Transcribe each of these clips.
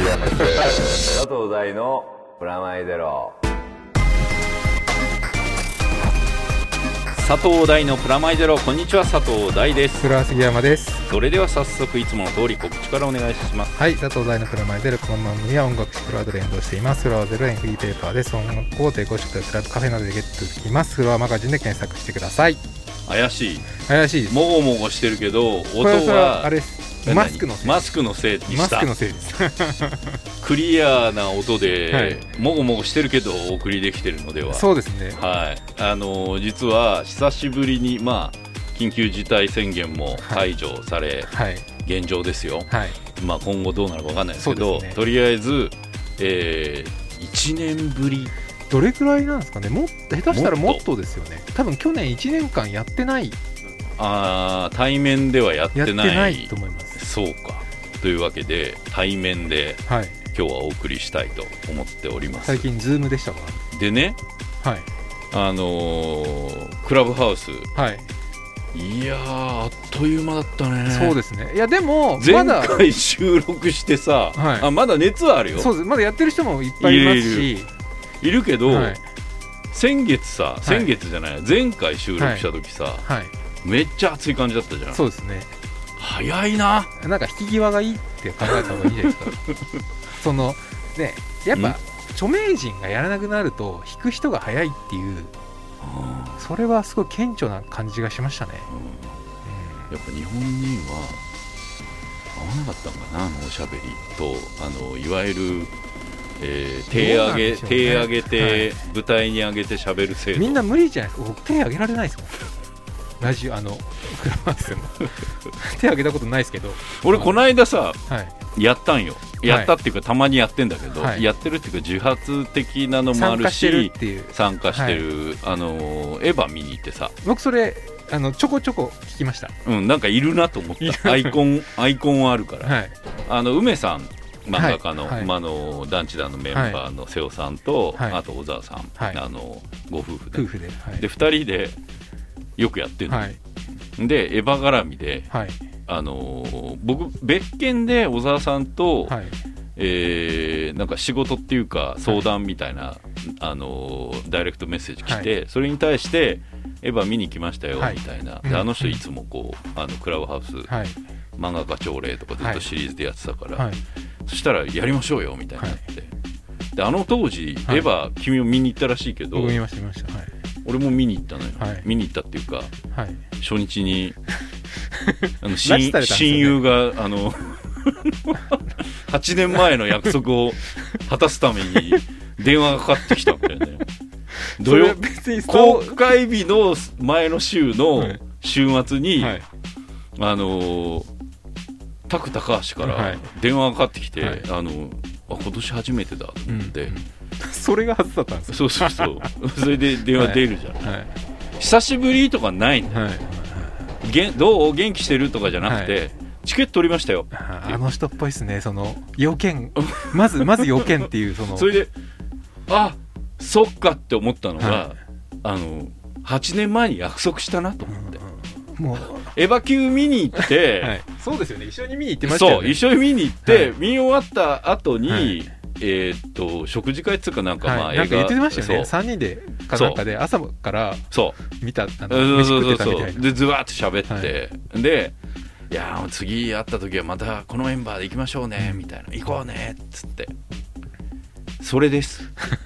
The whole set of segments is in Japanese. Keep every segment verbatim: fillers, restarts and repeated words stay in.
佐藤大のプラマイゼロ。 佐藤大のプラマイゼロ。こんにちは、佐藤大です。 黒杉山です。 それでは早速いつもの通り告知からお願いします。 はい、佐藤大のプラマイゼロ。この番組は音楽誌フロアと連動しています。フロアゼロ円フリーペーパーです。音楽を提供してクラブカフェなどでゲットできます。フロアマガジンで検索してください。 怪しい怪しいです。 もごもごしてるけど音これはあれマスクのせいマスクのせいにした。 マスクのせいですクリアな音で、 はい、 もごもごしてるけどお送りできてるのでは。 そうですね。 はい、あの実は久しぶりに、まあ、緊急事態宣言も解除され、はい、現状ですよ、はい、まあ、今後どうなるか分かんないですけど、ね、とりあえず、えー、いちねんぶり。 どれくらいなんですかね。も下手したらもっとですよね。多分去年いちねんかんやってない。 あ対面ではやってない。 やってないと思います。 そうか。というわけで対面で、はい、今日はお送りしたいと思っております。 最近ズームでしたか。 でね、はい、あのー、クラブハウス、はい、いやーあっという間だったね。 そうですね。いやでも前回収録してさ、はい、あまだ熱はあるよ。 そうです。まだやってる人もいっぱいいますし、 いるいるけど、はい、先月さ、先月じゃない、はい、前回収録した時さ、はいはい、めっちゃ熱い感じだったじゃん。 そうですね。 早いな。 なんか引き際がいいって考えた方がいいじゃないですかそのね、やっぱ著名人がやらなくなると引く人が早いっていう、それはすごい顕著な感じがしましたね、 うん、やっぱ日本人は合わなかったのかな、あのおしゃべりと、あのいわゆる、えー、手上げ、ね、手上げて、はい、舞台に上げてしゃべる制度。 みんな無理じゃないですか。僕手上げられないですもんラジオ、あのクラブハウスでも手挙げたことないですけど、 俺この間さ、はい、やったんよ。やったっていうか、たまにやってんだけど、はい、やってるっていうか自発的なのもあるし、参加してるっていう、参加してる、はい、あのエヴァ見に行ってさ、 僕それあのちょこちょこ聞きました。 うん、なんかいるなと思ったアイコンアイコンはあるから、はい、あの梅さん漫画家の、はい、まあ、の団地団のメンバーの瀬尾さんと、はい、あと小沢さん、はい、あのご夫婦で、夫婦で、はい、でふたりでよくやってるの、はい、でエヴァ絡みで、はい、あのー、僕別件で小沢さんと、はい、えー、なんか仕事っていうか相談みたいな、はい、あのー、ダイレクトメッセージ来て、はい、それに対してエヴァ見に来ましたよ、はい、みたいな。であの人いつもこうあのクラブハウス、はい、漫画家朝礼とかずっとシリーズでやってたから、はい、そしたらやりましょうよみたいになって、はい、であの当時、はい、エヴァ君を見に行ったらしいけど、 見ました見ました、はい、俺も見に行ったのよ、はい、見に行ったっていうか、はい、初日にあの 親, 親友があのはちねんまえの約束を果たすために電話がかかってきたんだよね土曜公開日の前の週の週末に、はい、あのタク高橋から電話がかかってきて、はい、あのあ今年初めてだと思って、うんうん、 それが初だったんですよ。そうそうそうそれで電話出るじゃん、はいはい、久しぶりとかないんだよ、はい、どう元気してるとかじゃなくて、はい、チケット取りましたよ。 あ, あの人っぽいですね。その要件まずまず要件っていうそのそれであそっかって思ったのが、はい、あのはちねんまえに約束したなと思って、うん、もうエヴァ級見に行って、はい、 そうですよね。一緒に見に行ってましたよね。 そう一緒に見に行って、はい、見終わった後に、はい、えー、っと食事会っていうかなんか、まあ、 はい、映画なんか言ってましたよね。さんにんでかなんかで朝から見た、あの飯食ってたみたいな。 でずわーって喋って、はい、でいや次会った時はまたこのメンバーで行きましょうねみたいな、行こうねっつって、それです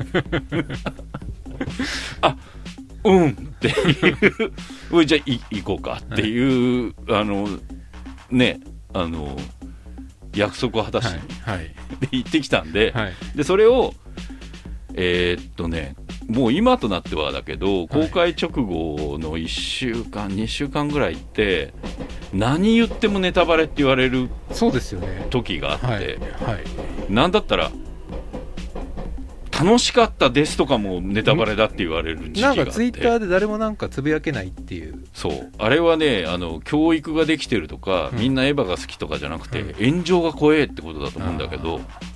あうんっていうじゃあ行こうかっていう、はい、あのねあの約束を果たしに、はいはい、で行ってきたんで、はい、でそれをえー、っとねもう今となってはだけど公開直後のいっしゅうかん、はい、にしゅうかんぐらいって何言ってもネタバレって言われる時があって、はいはい、なんだったら楽しかったですとかもネタバレだって言われる時期があって、 なんかツイッターで誰もなんかつぶやけないっていう。 そうあれはねあの教育ができてるとか、うん、みんなエヴァが好きとかじゃなくて、うん、炎上が怖えってことだと思うんだけど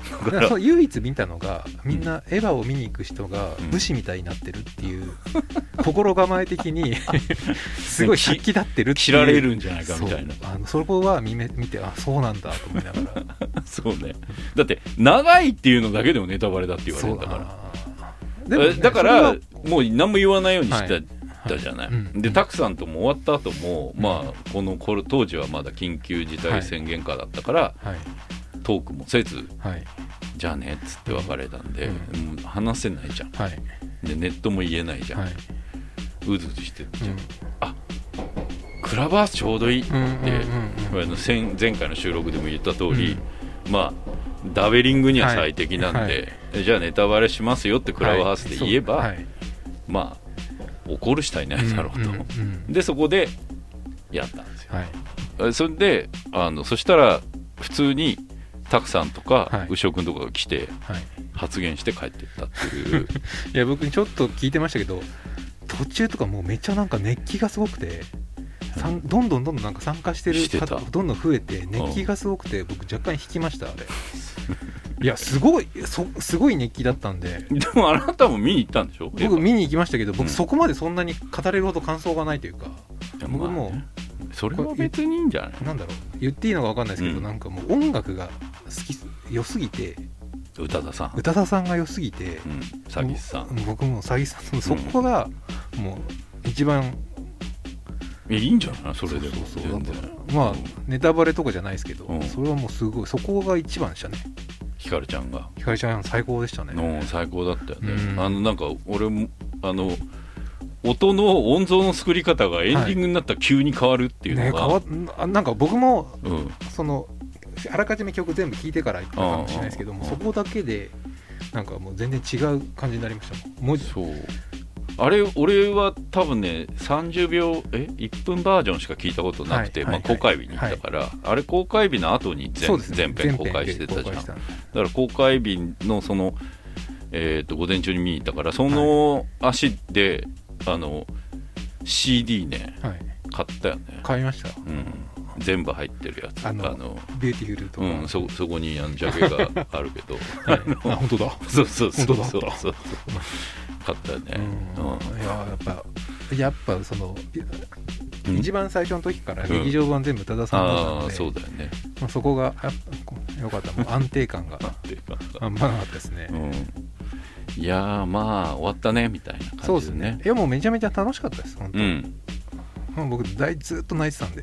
だからそう唯一見たのがみんなエヴァを見に行く人が武士みたいになってるっていう、うん、心構え的にすごい引き立ってるっていう切られるんじゃないかみたいな。 そうあのそこは見め見てあそうなんだと思いながらそうね、だって長いっていうのだけでもネタバレだって言われるんだからでも、ね、だからもう何も言わないようにして、はいだじゃない、はい、でタクさんとも終わった後も、うん、まあこの頃当時はまだ緊急事態宣言下だったから、はいはい、トークもせず、はい、じゃあねっつって別れたんで、うん、もう話せないじゃん、はい、でネットも言えないじゃん、はい、うずうずしてるじゃん、うん、あクラブハウスちょうどいいって、うんうんうんうん、前回の収録でも言った通り、うん、まあダベリングには最適なんで、はいはい、じゃあネタバレしますよってクラブハウスで言えば、はい、まあ怒る人はいないだろうと、うんうんうん、でそこでやったんですよ、はい、それであのそしたら普通にタクさんとか牛尾君とかが来て発言して帰っていったっていう、はい、 いや僕ちょっと聞いてましたけど途中とかもうめっちゃなんか熱気がすごくて、うん、どんどんどんどんなんか参加してる方がどんどん増えて熱気がすごくて、うん、僕若干引きましたあれいやすごいそすごい熱気だったんで。 でもあなたも見に行ったんでしょ。 僕見に行きましたけど、僕、うん、そこまでそんなに語れるほど感想がないというか、僕も、ね、 それは別にいいんじゃない。 なんだろう言っていいのか分かんないですけど、うん、なんかもう音楽が好き良すぎて、 宇多田さん宇多田さんが良すぎて、 うん、詐欺師さん僕も詐欺師さんそこがもう一番、 うん、いいんじゃないそれでも。 そうそうそうまあネタバレとかじゃないですけど、うん、それはもうすごいそこが一番でしたね。 ひかるちゃんがひかるちゃん最高でしたね。 最高だったよね、うん、あのなんか俺もあの音の音像の作り方がエンディングになったら急に変わるっていうのが、 はいね、変わなんか僕も、うん、そのあらかじめ曲全部聴いてから行ったかもしれないですけども、そこだけでなんかもう全然違う感じになりましたもん。文字そうあれ俺は多分ねさんじゅうびょうえいっぷんバージョンしか聞いたことなくて、はいはいはいまあ、公開日に行ったから、はい、あれ公開日の後に 全, 全編公開してたじゃん。だから公開日のその、えー、と午前中に見に行ったからその足で、はい、あの シーディー ね、はい、買ったよね。 買いました、 うん、全部入ってるやつ。 あのあのビューティフルとか、 うん、そ, そこにあのジャケがあるけど、 はい、あ本当だそうそうそうそうそうそう買ったよね、 うんうん、いややっぱやっぱその、うん、一番最初の時から劇場版全部多田さんだったので、うん、 あそうだよね、 まあ、そこがやっぱよかった。もう安定感が安定感があんまなかったですね、 うん、いやまあ終わったねみたいな感じでね。 そうですね。いやもうめちゃめちゃ楽しかったです本当、うんまあ、僕大ずっと泣いてたんで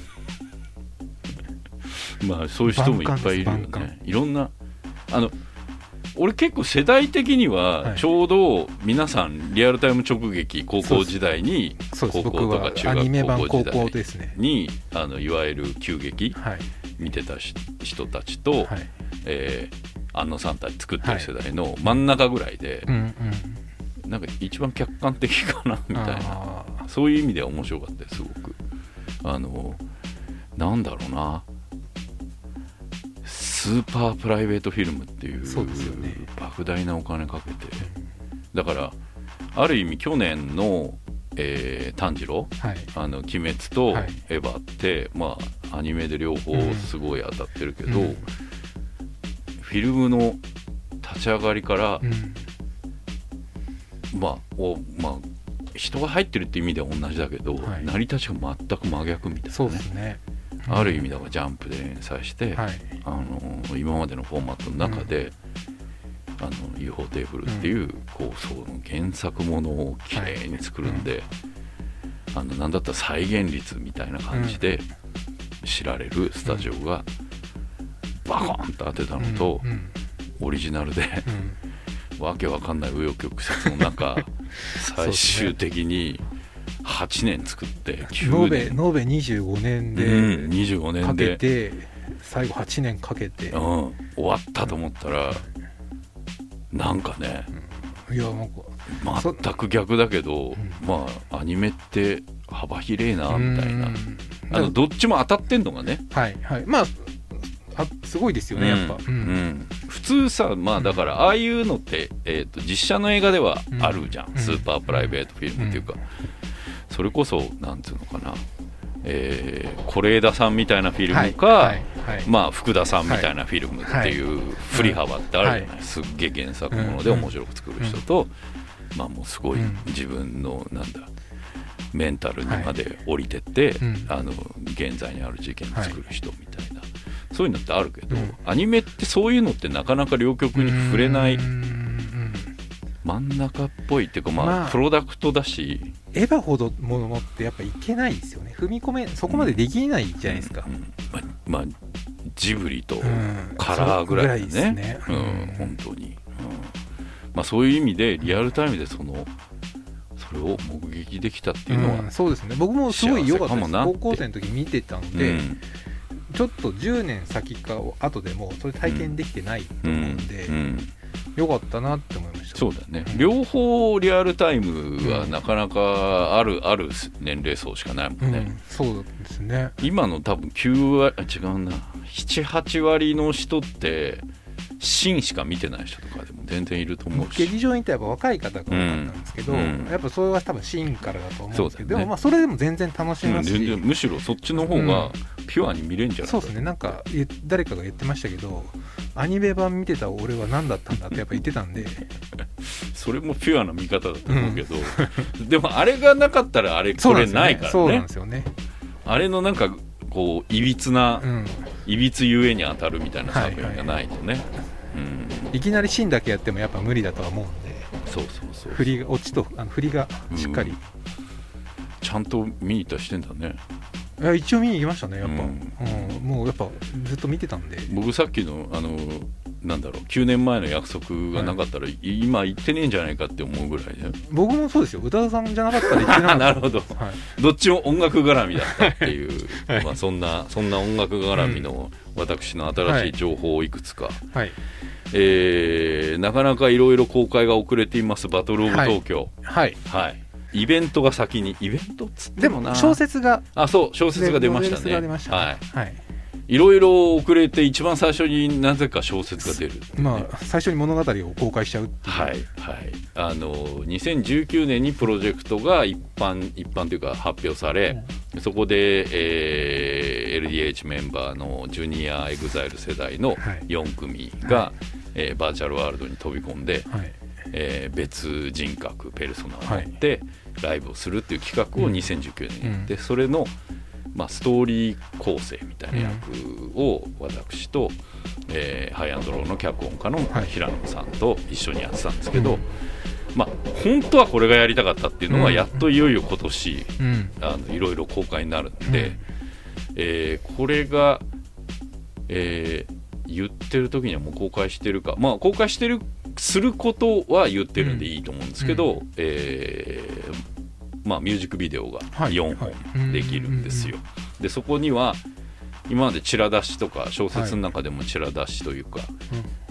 まあそういう人もいっぱいいるよね。いろんなあの俺結構世代的にはちょうど皆さんリアルタイム直撃高校時代に高校とか中学高校時代にあのいわゆる急激見てた人たちと、はいえー、安野さんたち作ってる世代の真ん中ぐらいで、はいうんうん、なんか一番客観的かなみたいなそういう意味では面白かったですすごく。あのなんだろうなスーパープライベートフィルムっていう、 そうですよね、 莫大なお金かけてだからある意味去年の、えー、炭治郎、はい、あの鬼滅とエヴァって、はい、まあアニメで両方すごい当たってるけど、うん、フィルムの立ち上がりから、うん、まあおまあ人が入ってるって意味では同じだけど、はい、成り立ちが全く真逆みたいな、ね、 そうですね。 ある意味だからジャンプで連載して、はい、あの今までのフォーマットの中で、うん、あの ユーフォー テーブルっていう、うん、構想の原作ものをきれいに作るんで、はいうん、あのなんだったら再現率みたいな感じで知られるスタジオがバコンと当てたのと、うんうん、オリジナルで、うん、わけわかんない紆余曲折の中最終的にはちねん作ってきゅうねん延べにじゅうごねんで、うん、にじゅうごねんでかけて最後はちねんかけて、 うん、終わったと思ったら、うん、なんかね、 うん、いやなんか全く逆だけど、うん、まあアニメって幅広いなみたいな、あのどっちも当たってんのがね、 はいはい、まああすごいですよね、うん、やっぱ、うんうん、 普通さまあだからああいうのって、えーと、実写の映画ではあるじゃん、うん、スーパープライベートフィルムっていうか、うん、それこそなんつうのかなえー、是枝さんみたいなフィルムか、はいはいはい、まあ、福田さんみたいなフィルムっていう振り幅ってあるじゃない、はいはい、すっげえ原作もので面白く作る人と、うん、まあ、もうすごい自分のなんだメンタルにまで降りてって、はい、あの現在にある事件を作る人みたいな、はい、そういうのってあるけど、うん、アニメってそういうのってなかなか両極に触れない、真ん中っぽいっていうか、まあまあ、プロダクトだしエヴァほどものってやっぱいけないですよね。踏み込めそこまでできないじゃないですか、 うんうん、まあ、まあ、ジブリとカラーぐらいですね、うん、ね、うん、本当に、うん、まあ、そういう意味でリアルタイムでそのそれを目撃できたっていうのは、うん、 そうですね。僕もすごい良かったです。高校生の時見てたので、うん、ちょっとじゅうねん先か後でもそれ体験できてないと思うんで、うんうん、よかったなって思いました。 そうだね、うん、両方リアルタイムはなかなかある、うん、ある年齢層しかないもんね、うん、 そうですね。 今の多分きゅう割、違うな、なな、はち割の人ってシーンしか見てない人とかでも全然いると思うし、 劇場に行ったらやっぱ若い方が多かったんですけど、うん、やっぱそれは多分シーンからだと思うんですけど、ね、でもまあそれでも全然楽しめますし、うん、全然むしろそっちの方がピュアに見れるんじゃないか、 うん、そうですね。なんか誰かが言ってましたけど、アニメ版見てた俺は何だったんだってやっぱ言ってたんでそれもピュアな見方だと思うけど、うん、でもあれがなかったらあれこれないからね。 そうなんですよね。 あれのなんかこういびつな、うん、いびつゆえに当たるみたいな作品がないとね、はいはい、 うん、いきなりシーンだけやってもやっぱ無理だとは思うんで、 そうそうそう、 振りが落ちとあの振りがしっかり、うん、 ちゃんと見に行ったりしてんだね。 いや一応見に行きましたねやっぱ、うんうん、もうやっぱずっと見てたんで。 僕さっきのあのなんだろうきゅうねんまえの約束がなかったら、はい、今行ってねえんじゃないかって思うぐらいね。 僕もそうですよ。宇多田さんじゃなかったら行ってなかったなるほど、はい、どっちも音楽絡みだったっていう、はい、まあ、そんなそんな音楽絡みの私の新しい情報をいくつか、はいはい、えー、なかなかいろいろ公開が遅れていますバトルオブ東京、はいはいはい、イベントが先に、イベントっつってもな、 でも小説が、 あ、そう小説が出ましたね。 が出ましたね、はいはい、 いろいろ遅れて一番最初になぜか小説が出る、ね、 まあ、最初に物語を公開しちゃうっていう、 はいはい、あのにせんじゅうきゅうねんにプロジェクトが一般一般というか発表され、うん、そこで、えー、エルディーエイチ メンバーのジュニアエグザイル世代のよん組が、はい、えー、バーチャルワールドに飛び込んで、はい、えー、別人格ペルソナを持ってライブをするっていう企画をにせんじゅうきゅうねんにやって、うん、それのまあ、ストーリー構成みたいな役を私と、えー、ハイアンドローの脚本家の平野さんと一緒にやってたんですけど、まあ、本当はこれがやりたかったっていうのはやっといよいよ今年、うん、あのいろいろ公開になるんで、うん、えー、これが、えー、言ってる時にはもう公開してるか、まあ、公開してるすることは言ってるんでいいと思うんですけど、うん、えーまあ、ミュージックビデオがよんほんできるんですよ、はいはい、でそこには今までチラ出しとか小説の中でもチラ出しというか、はい、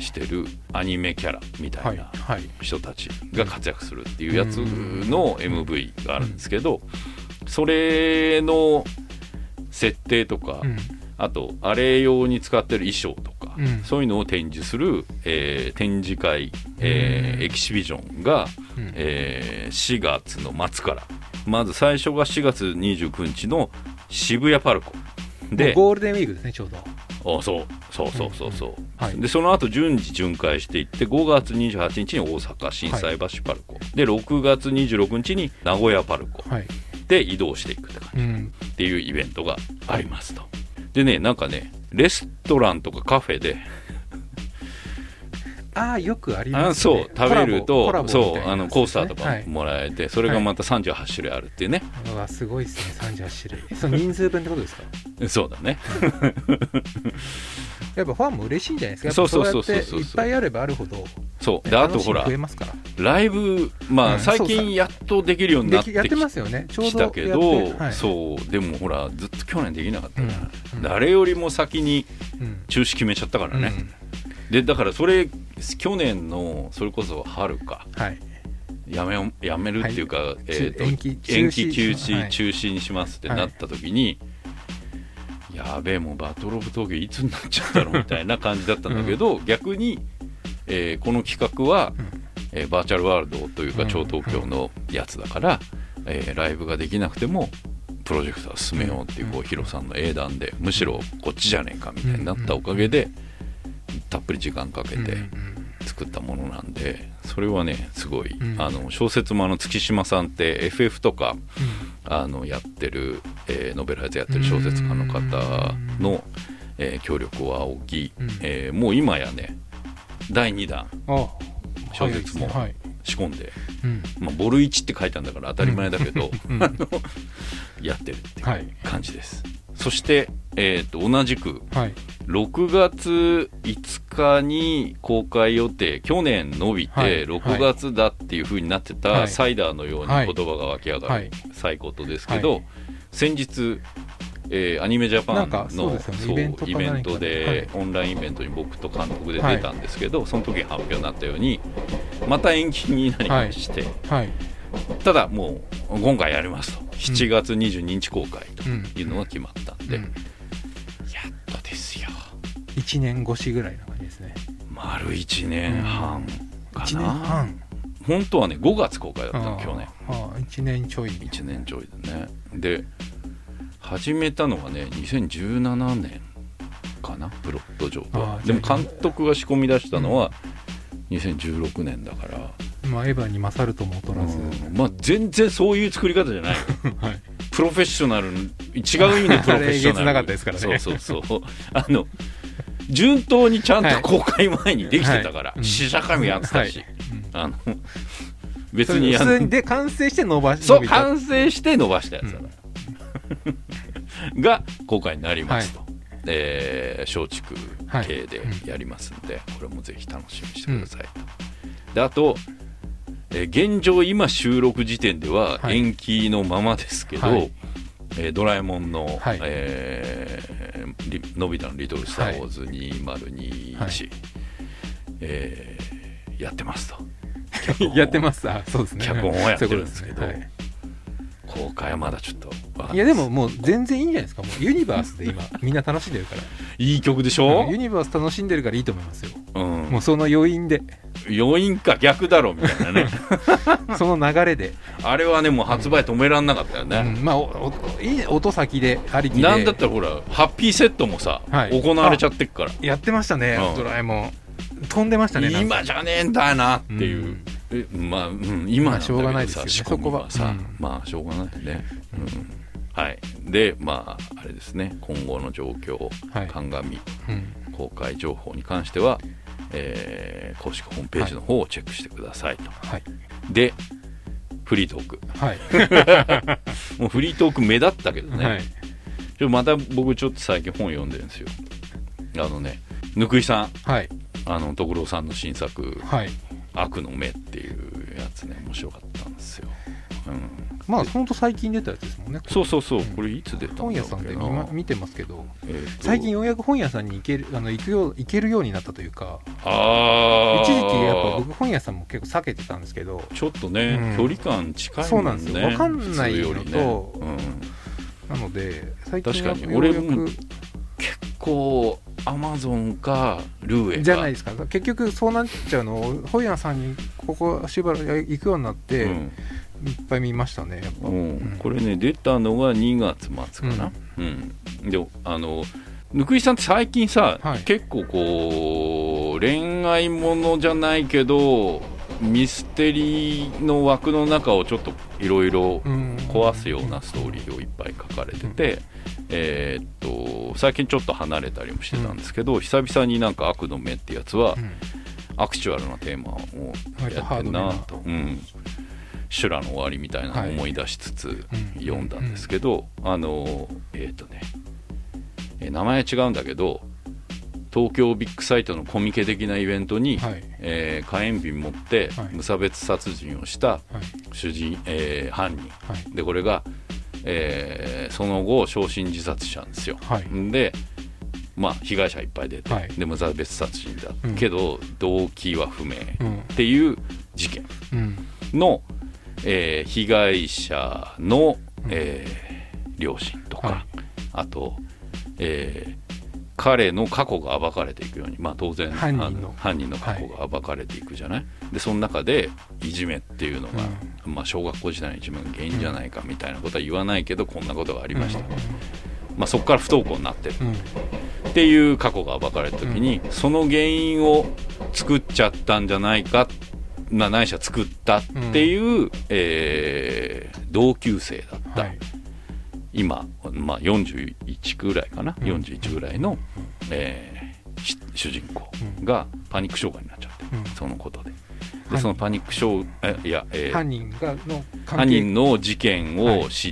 してるアニメキャラみたいな人たちが活躍するっていうやつの エムブイ があるんですけど、それの設定とか、あとあれ用に使ってる衣装とか、そういうのを展示する、えー、展示会、えー、エキシビジョンが、えー、しがつの末から、まず最初がしがつにじゅうくにちの渋谷パルコで、 ゴールデンウィークですねちょうど。 おそうそうそうそうそう、うん、はい、でその後順次巡回していってごがつにじゅうはちにちに大阪心斎橋パルコ、はい、でろくがつにじゅうろくにちに名古屋パルコ、はい、で移動していくって感じ、うん、っていうイベントがありますと。でね、なんかねレストランとかカフェでああよくありますね。 あそう食べるとコラボ、そうあのコースターとかもらえて、はい、それがまたさんじゅうはちしゅるいあるっていうね、 はい、うわすごいですねさんじゅうはちしゅるいその人数分ってことですかそうだねやっぱファンも嬉しいんじゃないですか。やっぱそうやっていっぱいあればあるほど、 そうであとほらライブ、まあ、うん、最近やっとできるようになってきたけど、はい、そうでもほらずっと去年できなかったから、うんうん、誰よりも先に中止決めちゃったからね、うんうんでだからそれ去年のそれこそ春か、はい、やめやめるっていうか、はい、えー、と延期延期休止、はい、中止にしますってなった時に、はい、やべえもうバトルオブ東京いつになっちゃったのみたいな感じだったんだけど、うん、逆に、えー、この企画は、うんえー、バーチャルワールドというか超東京のやつだから、うんえー、ライブができなくてもプロジェクター進めようっていうこうヒロさんの英断でむしろこっちじゃねえかみたいになったおかげでたっぷり時間かけて作ったものなんで、それはねすごい、あの小説もあの月島さんって エフエフ とかあのやってる、えー、ノベライズやってる小説家の方の、えー、協力を仰ぎ、えー、もう今やねだいにだん小説も仕込んで、まあ、ボルいちって書いたんだから当たり前だけど、うんうん、あのやってるっていう感じです、はい、そして、えー、と同じくろくがついつかに公開予定、去年伸びてろくがつだっていう風になってたサイダーのように言葉が湧き上がるサイコットですけど、はいはい、先日えー、アニメジャパンのそうそうイベント、イベントで、はい、オンラインイベントに僕と監督で出たんですけど、はい、その時に発表になったようにまた延期になりまして、はいはい、ただもう今回やりますとしちがつにじゅうににち公開というのが決まったんで、うんうん、やっとですよ。 いちねん越しぐらいな感じですね。 丸いちねんはんかな、うん、いちねんはん本当はねごがつ公開だったの去年。 ああいちねんちょいいちねんちょいでね。で始めたのがねにせんじゅうななねんかなプロット上と。でも監督が仕込み出したのはにせんじゅうろくねんだから、 まあ、エヴァに勝るとも劣らず、 うんまあ、全然そういう作り方じゃない、はい、プロフェッショナル違う意味でプロフェッショナルあれえげつなかったですからね。 そうそうそうあの順当にちゃんと公開前にできてたから、はい、試写会もやってたし、はいあの別にや普通で完成して伸ばしそう完成して伸ばしたやつだから、うん、が公開になりますと、はいえー、松竹系でやりますので、はいうん、これもぜひ楽しみにしてくださいと、うん、であと、えー、現状今収録時点では延期のままですけど、はいえー、ドラえもんの、はいえー、のび太のリトルスターウォーズにせんにじゅういち、はいえー、やってますとやってますあそうですね脚本をやってるんですけど、はい、公開はまだちょっといやでももう全然いいんじゃないですか。もうユニバースで今みんな楽しんでるからいい曲でしょ。 ユニバース楽しんでるからいいと思いますよ、うん、もうその余韻で余韻か逆だろみたいなねその流れであれはねもう発売止めらんなかったよね、 うんうん、まあおおいい音先でありきでなんだったらほらハッピーセットもさ、はい、行われちゃってっからやってましたね、うん、ドラえもん飛んでましたね。 今じゃねえんだなっていう、うんえまあうん、今なんだけどさ、まあ、 しょうがないですよね、 仕込みはさ、うん、まあしょうがないね、うんはい、でまああれですね今後の状況、はい、鑑、うん、公開情報に関しては、えー、公式ホームページの方をチェックしてくださいと、はい、でフリートーク、はい、もうフリートーク目立ったけどね、はい、ちょまた僕ちょっと最近本読んでるんですよ。あのねぬくいさん、はい、あの徳郎さんの新作、はい、悪の目っていうやつね面白かったんですよ、うん、 まあほんと最近出たやつですもんね。 そうそうそう、うん、これいつ出たんだろうけど本屋さんで 見, 見てますけど、えー、最近ようやく本屋さんに行けるあの行くよ行けるようになったというか、あ一時期やっぱ僕本屋さんも結構避けてたんですけどちょっとね、うん、距離感近いもんね。 そうなんですよ分かんないのと、ねうん、なので最近はようやく結構アマゾンかルーエかじゃないですか。結局そうなっちゃうの本屋さんにここしばらく行くようになって、うん、いっぱい見ましたねやっぱ、うんうん、これね出たのがにがつ末かな、うんうん、であのぬくいさんって最近さ、はい、結構こう恋愛ものじゃないけどミステリーの枠の中をちょっといろいろ壊すようなストーリーをいっぱい書かれてて、うんえー、っと最近ちょっと離れたりもしてたんですけど、うん、久々になんか悪の目ってやつは、うん、アクチュアルなテーマをやってるなと、うん、修羅の終わりみたいなのを思い出しつつ読んだんですけど、はい、あのえー、っとね名前違うんだけど東京ビッグサイトのコミケ的なイベントに、はいえー、火炎瓶持って無差別殺人をした主人、はいえー、犯人、はい、でこれがえー、その後焼身自殺したんですよ、はい、で、まあ、被害者いっぱい出て、はい、で無差別殺人だ、うん、けど動機は不明っていう事件の、うんえー、被害者の、えー、両親とか、はい、あと、えー、彼の過去が暴かれていくように、まあ、当然犯人の、犯人の過去が暴かれていくじゃない、はい、でその中でいじめっていうのがまあ、小学校時代の一番原因じゃないかみたいなことは言わないけど、こんなことがありました、うんまあ、そこから不登校になってる、うん、っていう過去が暴かれた時に、うん、その原因を作っちゃったんじゃないか、まあ、ないしは作ったっていう、うんえー、同級生だった、はい、今、まあ、よんじゅういちぐらいかな、うん、よんじゅういちぐらいの、えー、主人公がパニック障害になっちゃって、うん、そのことででそのパニック障害いや、えー、 犯人がの犯人の事件を知って、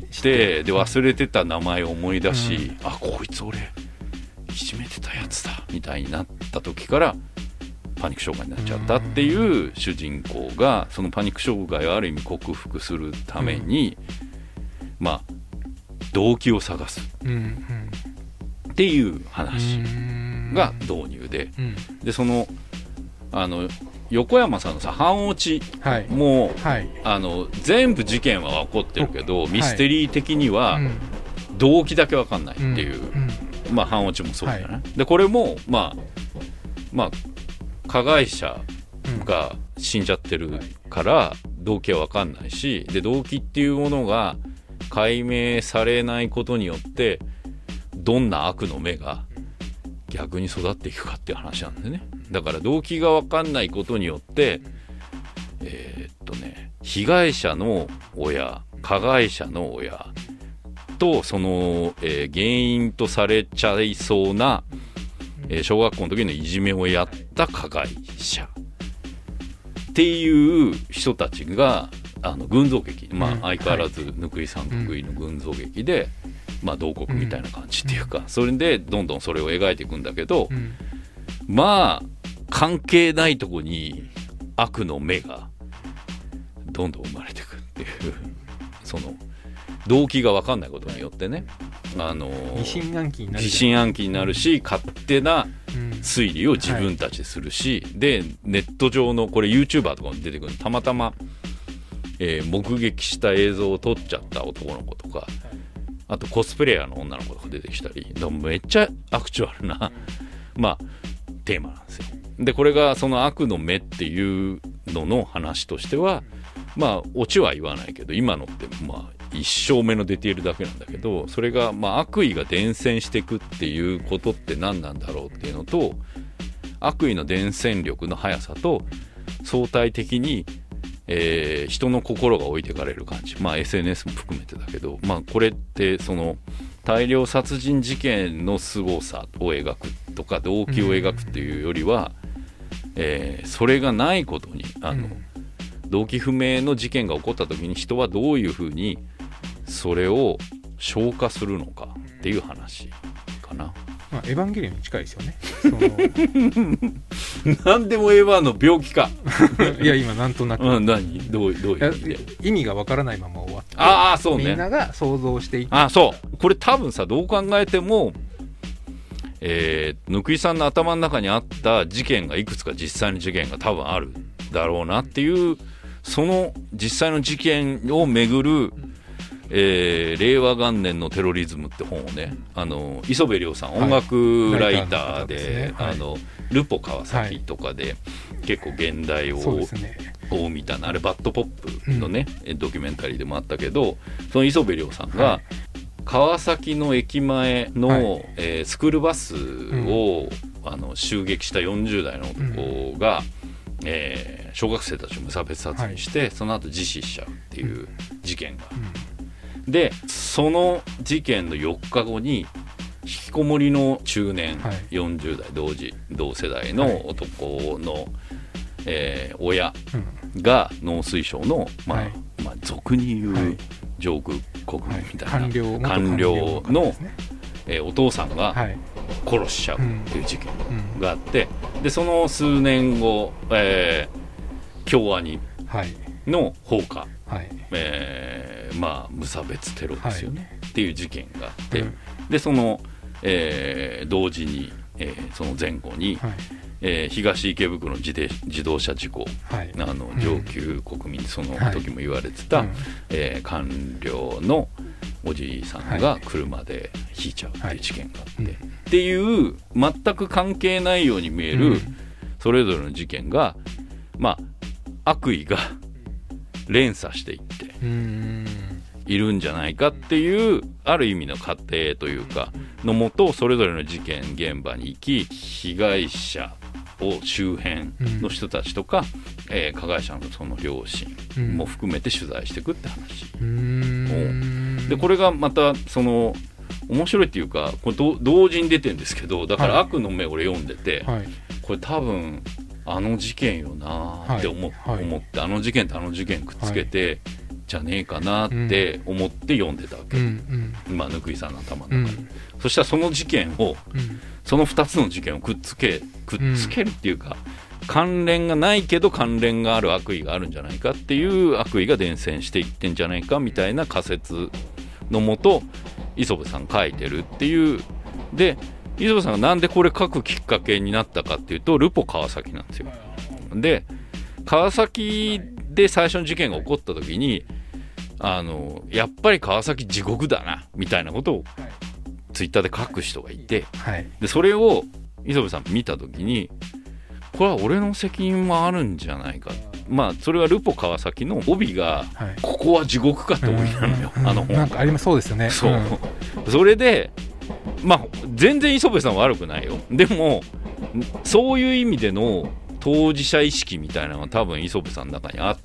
はい、で忘れてた名前を思い出し、うん、あこいつ俺いじめてたやつだみたいになった時からパニック障害になっちゃったっていう主人公が、そのパニック障害をある意味克服するために、うん、まあ動機を探すっていう話が導入で、うん、でそのあの横山さんのさ半落ちも、はいはい、あの全部事件は起こってるけど、ミステリー的には動機だけ分かんないっていう、うんうん、まあ半落ちもそうじゃない、はい、でこれもまあまあ加害者が死んじゃってるから動機は分かんないし、で動機っていうものが解明されないことによってどんな悪の芽が逆に育っていくかっていう話なんでね。だから動機が分かんないことによってえー、っとね被害者の親加害者の親とその、えー、原因とされちゃいそうな、えー、小学校の時のいじめをやった加害者っていう人たちがあの群像劇、まあ、相変わらず貫井さん得意の群像劇で、まあ、同国みたいな感じっていうか、それでどんどんそれを描いていくんだけど、まあ関係ないとこに悪の芽がどんどん生まれていくっていうその動機が分かんないことによってね、あの疑心暗鬼になる疑心暗鬼になるし、勝手な推理を自分たちでするし、うんはい、でネット上のこれ YouTuber とかに出てくるたまたま、えー、目撃した映像を撮っちゃった男の子とか、あとコスプレイヤーの女の子とか出てきたり、めっちゃアクチュアルなまあテーマなんですよ。でこれがその悪の芽っていうのの話としては、まあオチは言わないけど、今のってまあ一生目のディテールだけなんだけど、それがまあ悪意が伝染していくっていうことって何なんだろうっていうのと、悪意の伝染力の速さと相対的に、えー、人の心が置いてかれる感じ、まあ エスエヌエス も含めてだけど、まあこれってその大量殺人事件の凄さを描くとか動機を描くっていうよりは、えー、それがないことにあの、うん、動機不明の事件が起こった時に人はどういうふうにそれを消化するのかっていう話かな。 まあ、エヴァンゲリオンに近いですよね。 何でもエヴァの病気かいや今なんとなく、 うん、何どうどういう意味で意味がわからないまま終わって、 ああそうね、 みんなが想像していく。 あそうこれ多分さどう考えても、えー、貫井さんの頭の中にあった事件がいくつか実際の事件が多分あるだろうなっていう、その実際の事件をめぐる、えー、令和元年のテロリズムって本をね、あの磯部亮さん、はい、音楽ライターで、ねはい、あのルポ川崎とかで、はい、結構現代を追うみたいな、あれバッドポップのね、うん、ドキュメンタリーでもあったけど、その磯部亮さんが、はい、川崎の駅前の、はいえー、スクールバスを、うん、あの襲撃したよんじゅう代の男が、うんえー、小学生たちを無差別殺人して、はい、その後自死しちゃうっていう事件が、うん、でその事件のよっかごに引きこもりの中年、はい、よんじゅう代同時同世代の男の、はいえー、親が農水省の、まあはいまあ、俗に言う上空国民みたいな、はい、官僚、官僚の、ねえー、お父さんが殺しちゃうっていう事件があって、うん、でその数年後、えー、京アニの放火、はいえーまあ、無差別テロですよね、はい、っていう事件があって、うん、でその、えー、同時に、えー、その前後に、はいえー、東池袋の 自, 自動車事故、はい、あの上級国民、うん、その時も言われてた、はいえー、官僚のおじいさんが車で引いちゃうっていう事件があって、はいはい、っていう全く関係ないように見えるそれぞれの事件が、まあ、悪意が連鎖していっているんじゃないかっていうある意味の過程というかのもと、それぞれの事件現場に行き、被害者を周辺の人たちとか、うんえー、加害者のその両親も含めて取材していくって話、うん、でこれがまたその面白いっていうか、これ同時に出てるんですけど、だから悪の目俺読んでて、はい、これ多分あの事件よなって思、はい、思ってあの事件とあの事件くっつけて、はい、じゃねえかなって思って読んでたわけ、うんうん、まあぬくいさんの頭の中で、うん、そしたらその事件を、うん、そのふたつの事件をくっつけくっつけるっていうか、うん、関連がないけど関連がある悪意があるんじゃないかっていう悪意が伝染していってんじゃないかみたいな仮説のもと磯部さん書いてるっていう。で磯部さんがなんでこれ書くきっかけになったかっていうと、ルポ川崎なんですよ。で川崎で最初の事件が起こった時に、あのやっぱり川崎地獄だなみたいなことをツイッターで書く人がいて、はい、でそれを磯部さん見た時に、これは俺の責任もあるんじゃないか。まあそれはルポ川崎の帯が、はい、ここは地獄かって帯なのよ、 うん、 あの本なんかあります。そうですよね。 そう、うん、それでまあ全然磯部さんは悪くないよ。でもそういう意味での当事者意識みたいなのが多分磯部さんの中にあって、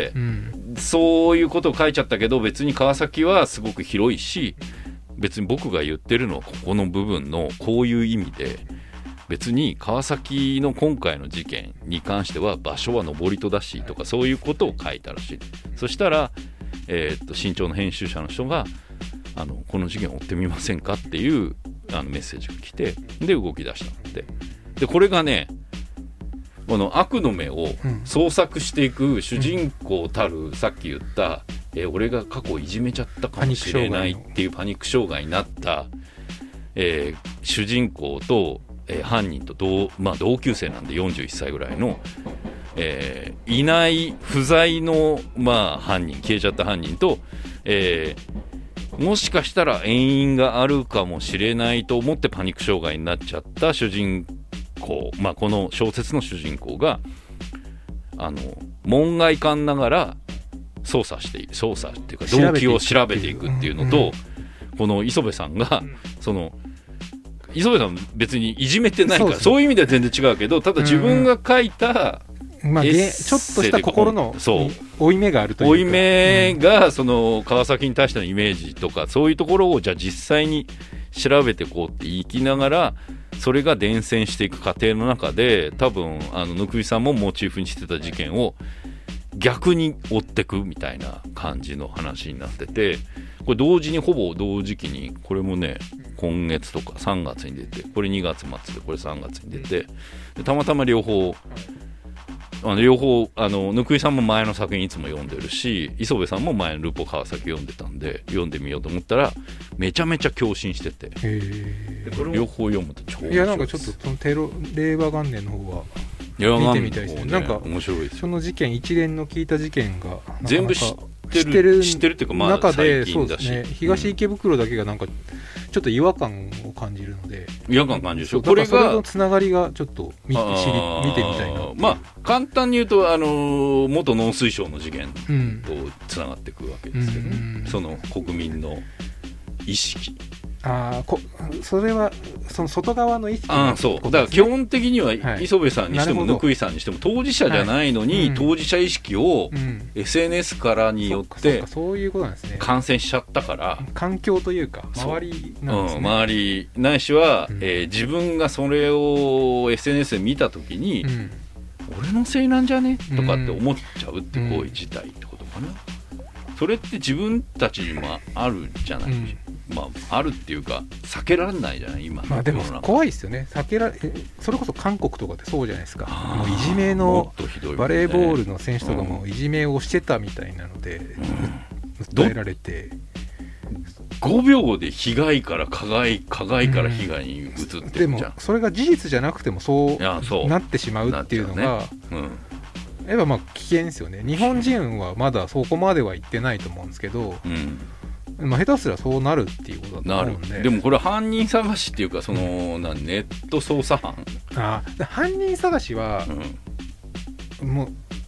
うん、そういうことを書いちゃったけど、別に川崎はすごく広いし、別に僕が言ってるのはここの部分のこういう意味で、別に川崎の今回の事件に関しては場所は登戸だしとか、そういうことを書いたらしい。そしたら、えー、っと新潮の編集者の人があのこの事件を追ってみませんかっていうあのメッセージが来て、で動き出したって。でこれがね、この悪の目を創作していく主人公たる、うん、さっき言った、えー、俺が過去いじめちゃったかもしれないっていうパニック障害になった、えー、主人公と、えー、犯人と 同,、まあ、同級生なんでよんじゅういっさいぐらいの、えー、いない不在の、まあ、犯人、消えちゃった犯人と、えー、もしかしたら遠因があるかもしれないと思ってパニック障害になっちゃった主人公、まあ、この小説の主人公があの門外漢ながら捜査している、捜査っていうか動機を調べていくっていうのと、うん、この磯部さんが、うん、その磯部さん別にいじめてないから、そう、そういう意味では全然違うけど、ただ自分が書いた、 うん、まあ、ちょっとした心の負い目があるというか、 負い目がその川崎に対してのイメージとか、そういうところをじゃあ実際に調べていこうって言いきながら、それが伝染していく過程の中で、多分あのぬくいさんもモチーフにしてた事件を逆に追ってくみたいな感じの話になってて、これ同時にほぼ同時期に、これもね今月とかさんがつに出て、これにがつ末でこれさんがつに出て、でたまたま両方あの両方あのぬくいさんも前の作品いつも読んでるし、磯部さんも前のルポ川崎読んでたんで読んでみようと思ったらめちゃめちゃ共振してて、へでこれ両方読むと超面白いです。 いやなんかちょっとそのテロ令和元年の方は見てみたいですね。なんか面白いです。その事件、一連の聞いた事件が全部知ってる知ってる知ってるっていうか、まあ最近だし、そうですね、 東池袋だけがなんかちょっと違和感を感じるので、 違和感感じるでしょ。 これがそれのつながりがちょっと 見, 知り見てみたいな。 まあ簡単に言うと、あの元農水省の事件とつながっていくわけですけどね、うん、その国民の意識、 あこそれはその外側の意識、 あそうだから基本的には磯部さんにしてもぬくいさんにしても当事者じゃないのに、はい、当事者意識を エスエヌエス からによって感染しちゃったから、 環境というか周りなんですね、 うん、周りないしは、うんえー、自分がそれを エスエヌエス で見たときに、うん、俺のせいなんじゃねとかって思っちゃうって行為自体ってことかな、うん、それって自分たちにもあるじゃない、うんまあ、あるっていうか避けられないじゃない今の、 まあ、でも怖いですよね。避けられそれこそ韓国とかってそうじゃないですか。もういじめの、ね、バレーボールの選手とかもいじめをしてたみたいなので、うん、訴えられてごびょうで被害から加害加害から被害に移ってるじゃん、うん、 でもそれが事実じゃなくてもそうなってしまうっていうのが、うん、やっぱまあ危険ですよね。日本人はまだそこまでは行ってないと思うんですけど、うんまあ、下手すらそうなるっていうことだと思うんで。 なる。でもこれ犯人探しっていうかその、うん、なんネット捜査班あ犯人探しは、うん、もう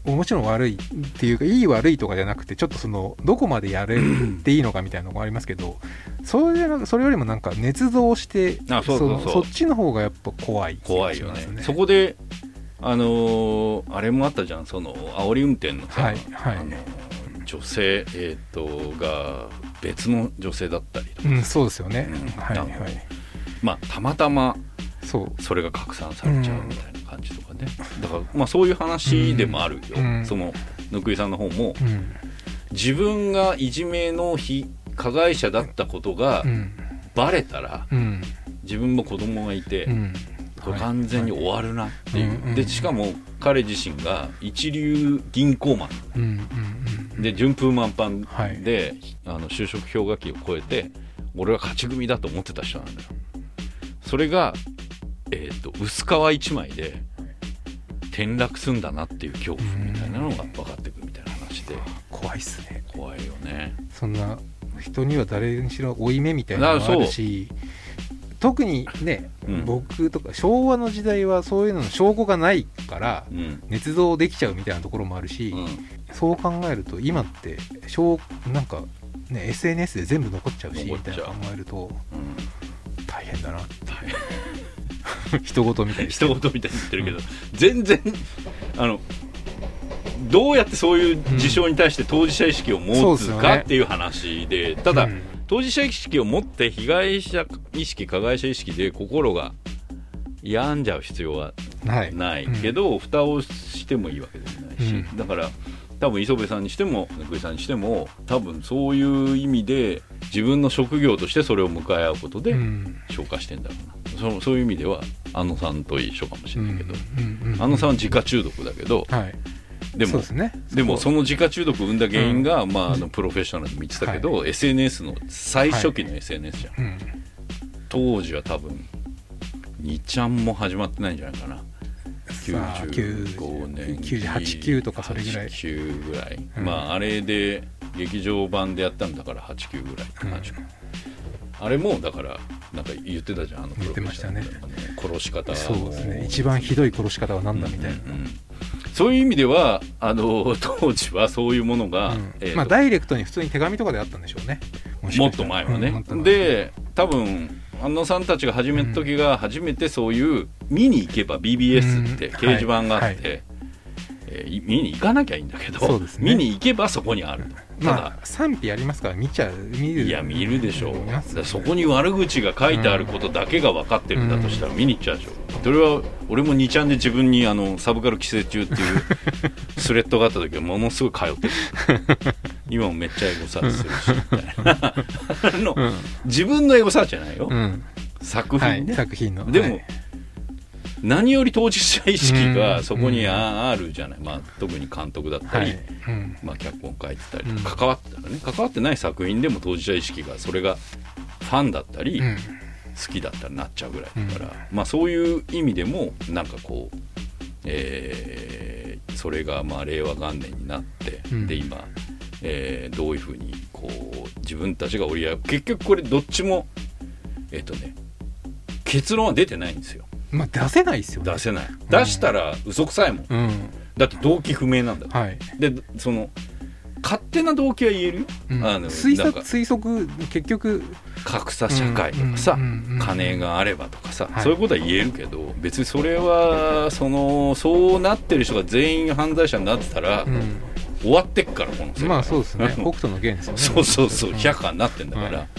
もちろん悪いっていうかいい悪いとかじゃなくてちょっとそのどこまでやれていいのかみたいなのがありますけどそれそれよりもなんか捏造してあそうそうそうそ, そっちの方がやっぱ怖い、ね、 怖いよね。そこであのー、あれもあったじゃんその煽り運転のさ、はいはい、あの女性、えー、とが別の女性だったりとか、 うん、そうですよね、うん、はいはい、 まあたまたまそうそれが拡散されちゃうみたいな感じとかね、うん、だからまあそういう話でもあるよ、うん、そのぬくいさんの方も、うん、自分がいじめの被加害者だったことがバレたら、うん、自分も子供がいて、うん、完全に終わるなっていう、はいはい、でしかも彼自身が一流銀行マン、うんうんうん、で順風満帆で、はい、あの就職氷河期を超えて俺は勝ち組だと思ってた人なんだよ。それが、えーと、薄皮一枚で転落すんだなっていう恐怖みたいなのが分かってくるみたいな話で、 怖いっすね。 怖いよね。 そんな人には誰にしろ負い目みたいなのがあるし、特にね、うん、僕とか昭和の時代はそういうのの証拠がないから捏造できちゃうみたいなところもあるし、うん、そう考えると今ってなんか、ね、エスエヌエス で全部残っちゃうしみたいな考えると、うん、大変だなって人事みたいに人事みたいに言ってるけど、うん、全然あのどうやってそういう事象に対して当事者意識を持つかっていう話で、ただ、うん、当事者意識を持って被害者意識加害者意識で心が病んじゃう必要はないけど、はい、うん、蓋をしてもいいわけでもないし、うん、だから多分磯部さんにしてもぬくいさんにしても多分そういう意味で自分の職業としてそれを向かい合うことで消化してんだろうな、うん、そ, そういう意味ではあのさんと一緒かもしれないけど、うんうんうん、あのさんは自家中毒だけど、はい、でも そ, ね、でもその自家中毒を生んだ原因が、うんまあ、あのプロフェッショナルでも言ってたけど、はい、エスエヌエス の最初期の エスエヌエス じゃん、はいうん、当時は多分にちゃんも始まってないんじゃないかな。きゅうじゅうごねんきゅうじゅうはち、きゅうとかそれぐらいはちきゅうぐらい、うん、まああれで劇場版でやったんだからはちきゅうぐらいって感じか、うん、あれもだからなんか言ってたじゃん、あのプロフェッショナル、ね、殺し方そうですね、一番ひどい殺し方は何だみたいな、うんうんうん、 そういう意味ではあの当時はそういうものが、うんえーまあ、ダイレクトに普通に手紙とかであったんでしょうね、 も, もっと前はね、うん、で多分安野さんたちが始めた時が初めてそういう見に行けば ビービーエス って掲示板があって、うんはいはいえー、見に行かなきゃいいんだけど、そうですね、見に行けばそこにあると、ただ、まあ、賛否ありますから見ちゃう見るいや見るでしょう、ね、だそこに悪口が書いてあることだけが分かってるんだとしたら見に行っちゃうでしょ、うん、それは俺もにちゃんで自分にあのサブカル規制中っていうスレッドがあった時はものすごい通ってる今もめっちゃエゴサーチするしみたいなあの、うん、自分のエゴサーチじゃないよ、うん、作品ね、はい、作品のでも、はい、何より当事者意識がそこにあるじゃない、うんまあ、特に監督だったり、はいうんまあ、脚本書いてたり、うん、関わってたらね、関わってない作品でも当事者意識がそれがファンだったり、うん、好きだったらなっちゃうぐらいだから、うんまあ、そういう意味でもなんかこう、えー、それがまあ令和元年になって、うん、で今、えー、どういうふうにこう自分たちが折り合う、結局これどっちもえっとね結論は出てないんですよ。 まあ、出せないですよね。 出せない。出したら嘘くさいもん、うん、だって動機不明なんだ、はい、でその勝手な動機は言えるよ、うん、あの推測推測結局格差社会とかさ、うんうん、金があればとかさ、はい、そういうことは言えるけど、別にそれはそのそうなってる人が全員犯罪者になってたら、うん、終わってっからこの世界。 まあそうですね北斗の拳ですよねそうそうそうひゃくかになってんだから、はい、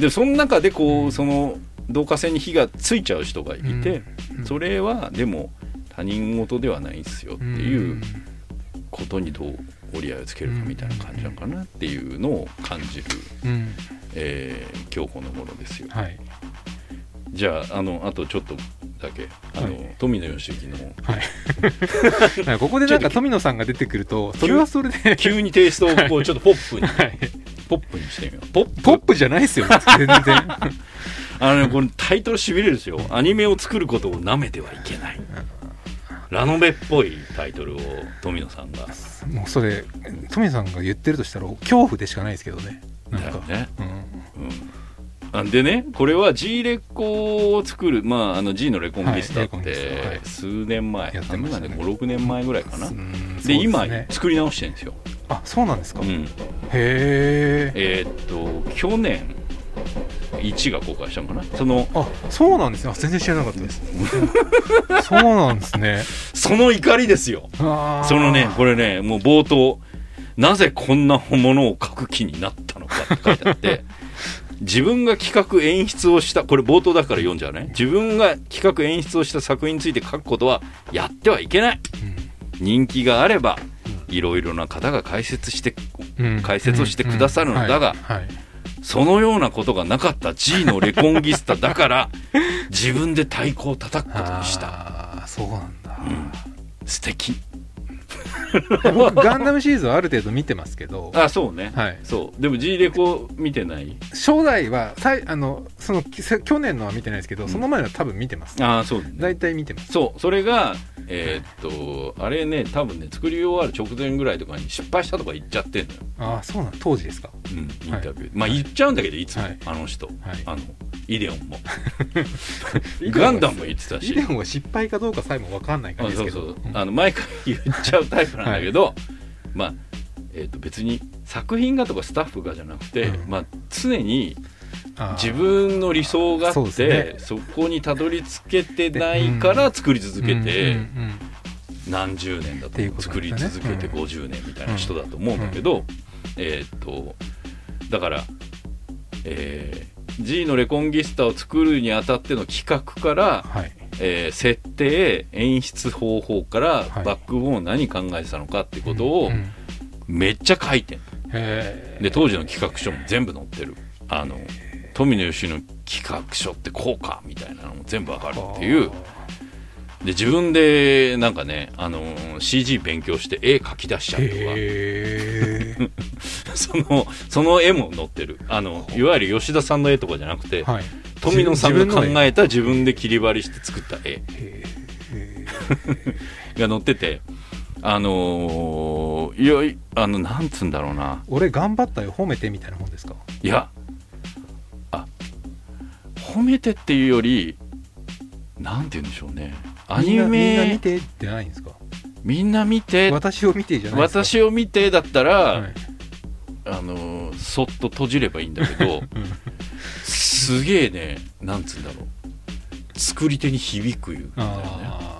でその中でこうその導火線に火がついちゃう人がいて、うん、それはでも他人事ではないんですよっていうことにどう折り合いをつけるかみたいな感じなのかなっていうのを感じる、うんえー、今日この頃ですよ、はい、じゃあ、 あのあとちょっとだけあの、はい、富野義行の、 はい、ここでなんか富野さんが出てくるとそれはそれで急にテイストをこうちょっとポップに、はい、ポップにしてみよう。 ポップ、ポップじゃないですよ全然あのね、これタイトルしびれるですよ。アニメを作ることをなめてはいけない、ラノベっぽいタイトルを富野さんが、 もうそれ富野さんが言ってるとしたら恐怖でしかないですけどね。なんかだよね、うんうん、 でねこれは G レコを作る、まあ、あの G のレコンギスタって数年前、はい、今ねごろくねんまえぐらいかな、うん、で, で、ね、今作り直してるんですよ。 あ、そうなんですか、うん、へええー、っと去年いちが公開したのかな。そのあ、そうなんですね。全然知らなかったですそうなんですね。 その怒りですよ。そのねこれねもう冒頭なぜこんなものを書く気になったのかって書いてあって自分が企画演出をしたこれ冒頭だから読んじゃうね。自分が企画演出をした作品について書くことはやってはいけない、うん、人気があればいろいろな方が解説して、うん、解説をしてくださるのだが、そのようなことがなかった G のレコンギスタだから自分で太鼓を叩くことにした。 あ、そうなんだ、うん、 素敵僕ガンダムシリーズはある程度見てますけど。 あ、そうね、はい、そうでも G レコ見てない。 初代はあのその去年のは見てないですけど、うん、その前のは多分見てます、 あ、そうね、 大体見てます。 そうそれがえー、っとあれね多分ね作り終わる直前ぐらいとかに失敗したとか言っちゃってんのよ。 あ、そうなん当時ですか。 うん、インタビュー、はい、まあ言っちゃうんだけどいつも、はい、あの人、はい、あのイデオンもガンダムも言ってたし、 イデオンは失敗かどうかさえも分かんないからですけど、 そうそう、うん、あの毎回言っちゃうタイプなんだけど、はい、まあ、えー、と別に作品がとかスタッフがじゃなくて、うん、まあ、常に自分の理想があって そ,、ね、そこにたどり着けてないから作り続けて、うん、何十年だと、ね、作り続けてごじゅうねんみたいな人だと思うんだけど、うんうん、えー、とだから、えー、G のレコンギスタを作るにあたっての企画から、はい、えー、設定演出方法から、はい、バックボーン何考えてたのかってことをめっちゃ書いてん、うん、で当時の企画書も全部載ってる。あの富野義の企画書ってこうかみたいなのも全部わかるっていう。で自分でなんかね、あの シージー 勉強して絵描き出しちゃうとかそのその絵も載ってる。あのいわゆる吉田さんの絵とかじゃなくて、はい、富野さんが考えた自分で切り張りして作った絵が載ってて、あのー、いやあのなんつうんだろうな、 俺頑張ったよ褒めてみたいなもんですか。 いや、あ、褒めてっていうよりなんて言うんでしょうね、アニメみんな見てってないんですか。 みんな見て、 私を見てじゃないですか。 私を見てだったら、はい、あのそっと閉じればいいんだけど、うん、すげえね、なんつうんだろう、作り手に響くんだよね。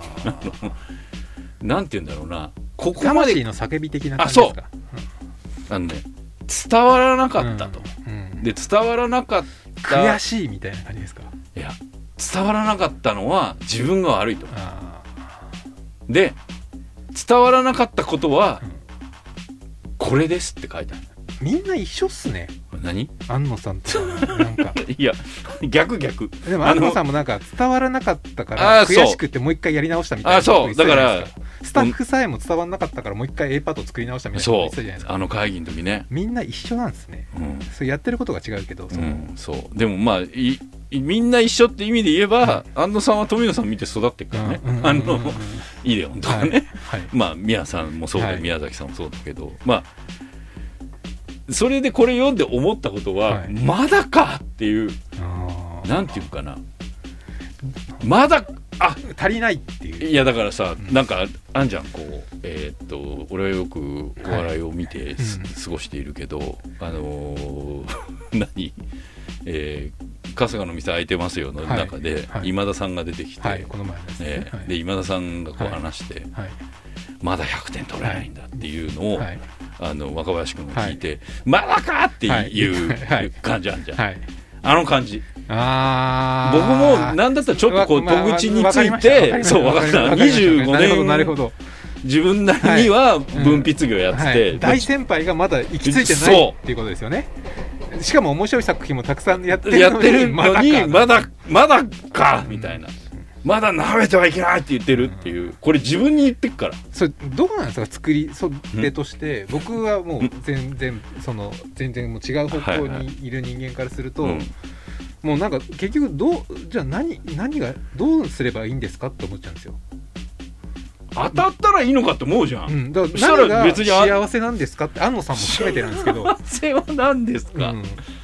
なんて言うんだろうな、ここまで魂の叫び的な感じですか。 あ、そう、うん、あのね、伝わらなかったと、うんうん、で伝わらなかった悔しいみたいな感じですか。 いや、伝わらなかったのは自分が悪いと。で伝わらなかったことは、うん、これですって書いてある。 みんな一緒っすね。 何？ 安野さんとなんかいや逆逆。 でも安野さんもなんか伝わらなかったから悔しくてもう一回やり直したみたいな。 あ、そうだからスタッフさえも伝わらなかったからもう一回 A パート作り直したみたいな言ってたじゃないですか。 あの会議の時ね。 みんな一緒なんですね、うん、それやってることが違うけど、その、うん、そうでもまあいみんな一緒って意味で言えば、うん、安野さんは富野さん見て育っていくからね、うんうんうんうん、あのイデオンとかね、はいはい、まあ宮さんもそうだ、はい、宮崎さんもそうだけど、まあそれでこれ読んで思ったことは、はい、まだかっていう、なんていうかな、まだあ足りないっていう。 いやだからさ、うん、なんかあんじゃん、こうえー、っと俺はよくお笑いを見て、はい、過ごしているけど、あのー、何、えー、春日の店開いてますよの中で、はいはい、今田さんが出てきて、はい、この前ですね、はい、で今田さんがこう話して、はいはい、まだひゃくてん取れないんだっていうのを、はい、あの若林君が聞いて、はい、まだかっていう感じあんじゃん、はいはい、あの感じ。あ、僕もなんだったらちょっとこう戸口について、そう分かった、にじゅうごねん自分なりには文筆業やってて、はいうんはい、 大先輩がまだ行き着いてないっていうことですよね。しかも面白い作品もたくさんやってるのに、やってるのにまだまだかみたいな、まだ舐めてはいけないって言ってるっていう、これ自分に言ってくから。それどうなんですか、作り袖として。僕はもう全然その全然もう違う方向にいる人間からすると、はいはい、うん、もうなんか結局どうじゃあ何何がどうすればいいんですかって思っちゃうんですよ。 当たったらいいのかって思うじゃん、うん、 だから何が幸せなんですかって安野さんも含めてなんですけど幸せは何ですか、うん、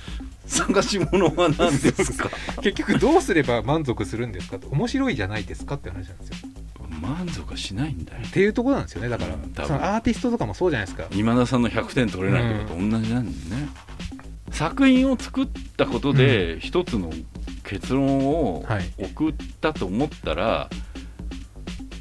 探し物は何ですか結局どうすれば満足するんですかと、面白いじゃないですかって話なんですよ。 満足はしないんだよっていうところなんですよね。だから、うん、そのアーティストとかもそうじゃないですか。 今田さんのひゃくてん取れないってことと同じなんだよね、うん、作品を作ったことで一つの結論を送ったと思ったら、はい、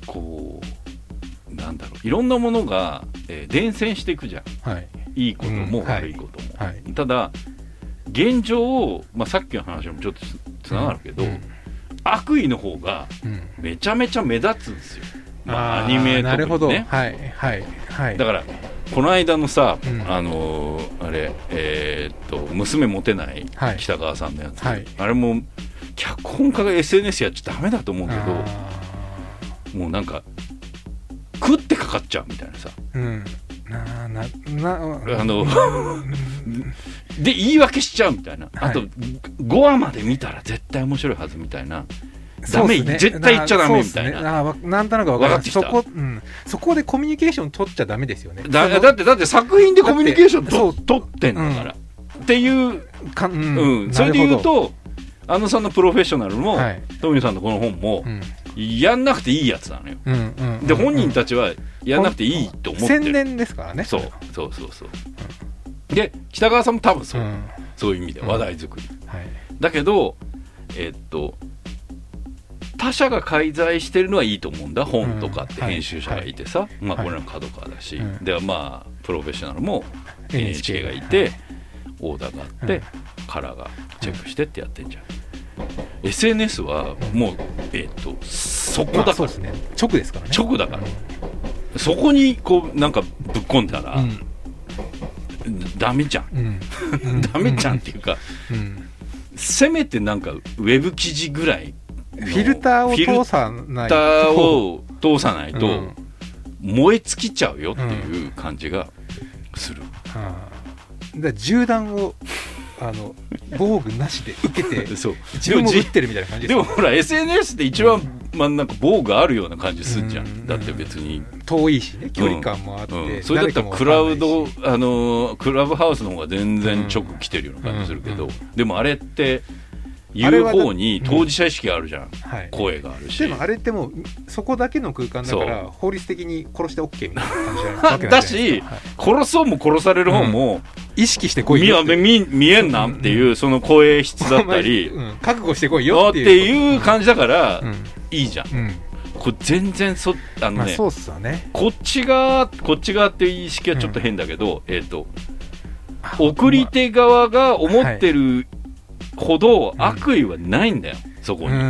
こうなんだろう、いろんなものが、えー、伝染していくじゃん、はい、いいことも悪いことも、うんはいはい、ただ現状、まあ、さっきの話もちょっとつながるけど、うんうん、悪意の方がめちゃめちゃ目立つんですよ、うん、まあ、アニメとかね。なるほど、はいはいはい、だからこの間のさ、うん、あのー、あれ、えー、っと娘持てない北川さんのやつ、はい、あれも脚本家が エスエヌエス やっちゃダメだと思うけど、もうなんか食ってかかっちゃうみたいなさ、うん、なななあので言い訳しちゃうみたいな、はい、あとごわまで見たら絶対面白いはずみたいな、ダメ、ね、絶対言っちゃダメみたいな、な、 ね、なんとなく分かってきた。そこ、うん、そこでコミュニケーション取っちゃダメですよね。 だ, だってだって作品でコミュニケーションと取ってんだから、うん、っていうか、うんうん、それで言うとあのさんのプロフェッショナルも、はい、トミーさんのこの本も、うん、やんなくていいやつなのよ、うんうんうんうん、で本人たちはやんなくていいと思ってる、 宣伝ですからね。 そうそうそうそう、うん、で北川さんも多分そう、うん、そういう意味で話題作り、うんはい、だけどえー、っと他社が介在してるのはいいと思うんだ、本とかって編集者がいてさ、はいまあ、これは角川だし、はい、ではまあプロフェッショナルも エヌエイチケー がいて、はい、オーダーがあって、はい、カラーがチェックしてってやってんじゃん、エスエヌエス はもう、えー、っとそこだから、まあそうですね、 直ですからね、 直だから、うん、そこにこうなんかぶっ込んだら、うん、ダメじゃん、うん、ダメじゃんっていうか、うん、せめてなんかウェブ記事ぐらいフィルターを通さないと、 フィルターを通さないと、うん、燃え尽きちゃうよっていう感じがする、うんはあ、だ銃弾をあの防具なしで受けてそう自分も撃ってるみたいな感じです、ね、 でもほら エスエヌエス で一番、うんまあ、なんか防具あるような感じするじゃん、うん、だって別に遠いしね、距離感もあって、うんうん、 それだったらクラウドあのクラブハウスの方が全然直来てるような感じするけど、うんうんうん、でもあれって言う方に当事者意識あるじゃん、うんはい、声があるし、 でもあれってもうそこだけの空間だから法律的に殺して OK みたいな感じじゃないわけだし、はい、殺そうも殺される方も、 うん、意識してこいよって見, 見, 見えんなっていう、うん、その声質だったり、 うん、覚悟してこいよっていう、 っていう感じだから、うん、いいじゃん、うん、これ全然そあのね、まあ、 そうっすよね、 こっち側こっち側っていう意識はちょっと変だけど、うん、えっ、ー、と送り手側が思ってる、はいほど悪意はないんだよ、うん、そこに。うーん、うん、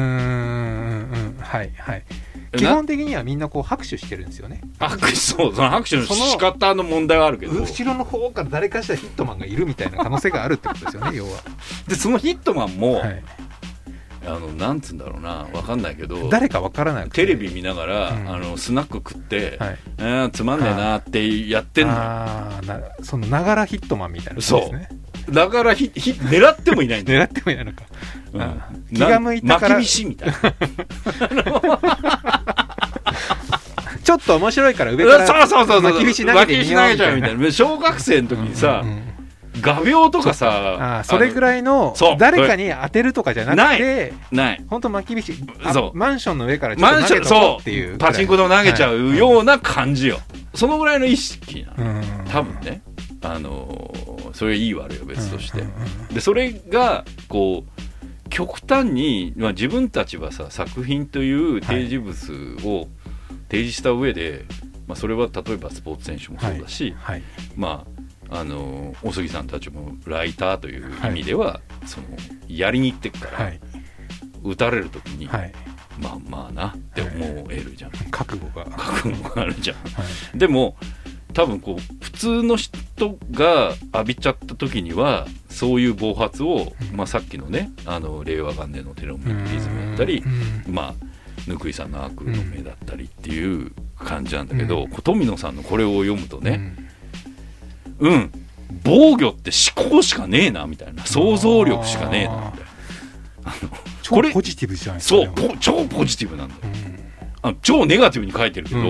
はいはい。基本的にはみんなこう拍手してるんですよね。 拍手、そう、その拍手の仕方の問題はあるけど、 後ろの方から誰かしらヒットマンがいるみたいな可能性があるってことですよね要は。 でそのヒットマンも、はい、あのなんつうんだろうな、分かんないけど誰か分からないテレビ見ながら、うん、あのスナック食って、はい、えー、つまんねえなってやってんのよ。 あなそのながらヒットマンみたいなことですね。 そうだからひひ狙ってもいないんだよ。 狙ってもいないのか、うん、 気が向いたから巻き火しみたいなちょっと面白いから上からそうそうそうそう巻き火し投げてみようみたいな。 小学生の時にさ、うんうん、画鋲とかさ、 あそれぐらいの誰かに当てるとかじゃなくて、 ない本当巻き火しマンションの上からちょっと投げとこうっていう、 パチンコでも投げちゃうような感じよ、はい、そのぐらいの意識なの、多分ね、あのー、それいい悪いは別として、うんうんうん、でそれがこう極端に、まあ、自分たちはさ作品という提示物を提示した上で、まあ、それは例えばスポーツ選手もそうだし、はいはい、まああのー、大杉さんたちもライターという意味では、はい、そのやりに行ってくから、はい、打たれる時に、はい、まあまあなって思えるじゃん、はい、 覚悟が覚悟があるじゃん、はい、でも多分こう普通の人が浴びちゃった時にはそういう暴発を、まあ、さっきのねあの令和元年のテロミリズムだったり、まあ貫井さんの悪の目だったりっていう感じなんだけど、富野さんのこれを読むとね、うん、うん、防御って思考しかねえなみたいな、想像力しかねえなみたいな、 あの超ポジティブじゃないですか、 そう超ポジティブなんだよ、うん、あの超ネガティブに書いてるけど、うん、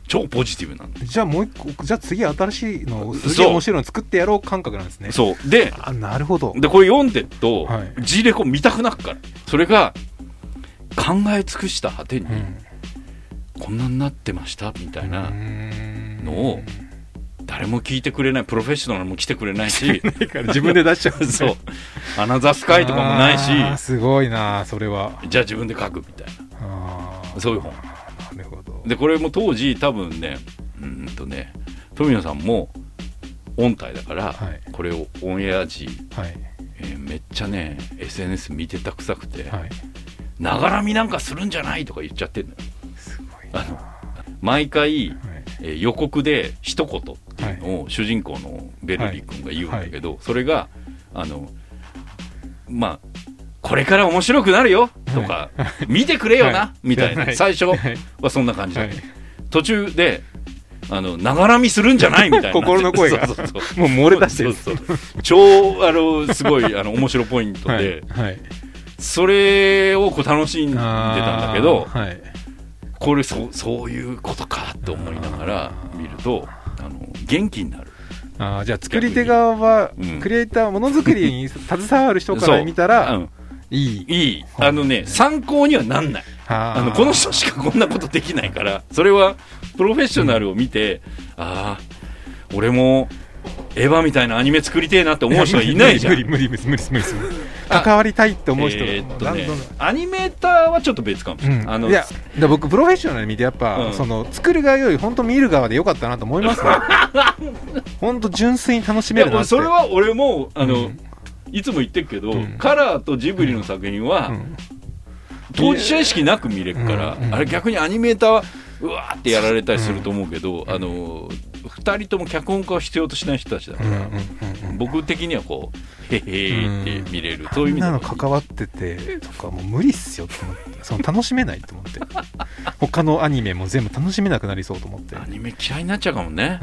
超ポジティブなんだ。 じゃあもう一個、じゃあ次新しいのをすげえ面白いの作ってやろう感覚なんですね。 そうで、 あ、なるほど。 でこれ読んでると、 はい、 G レコ見たくなるから、それが考え尽くした果てに、うん、こんなになってましたみたいなのを誰も聞いてくれない、プロフェッショナルも来てくれないし自分で出しちゃうそうアナザースカイとかもないし、 すごいなそれは。 じゃあ自分で書くみたいな、そういう本。 なるほど。 でこれも当時多分ね、うんとね富野さんも音体だから、はい、これをオンエア時、はいえー、めっちゃね エスエヌエス 見てたくさくて、ながら見なんかするんじゃないとか言っちゃってるのよ。 すごいな。あの毎回、はいえー、予告で一言っていうのを主人公のベルリー君が言うんだけど、はいはい、それがあのまあこれから面白くなるよとか、はい、見てくれよな、はい、みたいな、はい、最初はそんな感じだ、はい、途中であのながらみするんじゃないみたいな心の声がそうそうそうもう漏れ出してる。 そうそう超あのすごいあの面白ポイントで、はいはい、それをこう楽しんでたんだけど、はい、これ そ, そういうことかと思いながら見るとあの元気になる。 あじゃあ作り手側は、うん、クリエイターものづくりに携わる人から見たら、うんいいいいあのね参考にはなんない。あのこの人しかこんなことできないから、それはプロフェッショナルを見て、うん、ああ俺もエヴァみたいなアニメ作りてえなって思う人はいないじゃん。 無理無理無理無理無理無理関わりたいって思う人が、 えーっとね、アニメーターはちょっと別かもしれない、うん、あのいやだ僕プロフェッショナル見てやっぱ、うん、その作る側より本当見る側でよかったなと思いますね本当純粋に楽しめるなって。 それは俺もあの、うんいつも言ってるけど、うん、カラーとジブリの作品は、うん、当事者意識なく見れるから、うん、あれ逆にアニメーターはうわーってやられたりすると思うけど、うん、あのふたりとも脚本家を必要としない人たちだから、うんうんうん、僕的にはこうへへーって見れる、うん、そういう意味であんなの関わっててとかもう無理っすよって思ってその楽しめないと思って他のアニメも全部楽しめなくなりそうと思って。 アニメ嫌いになっちゃうかもね、 うん、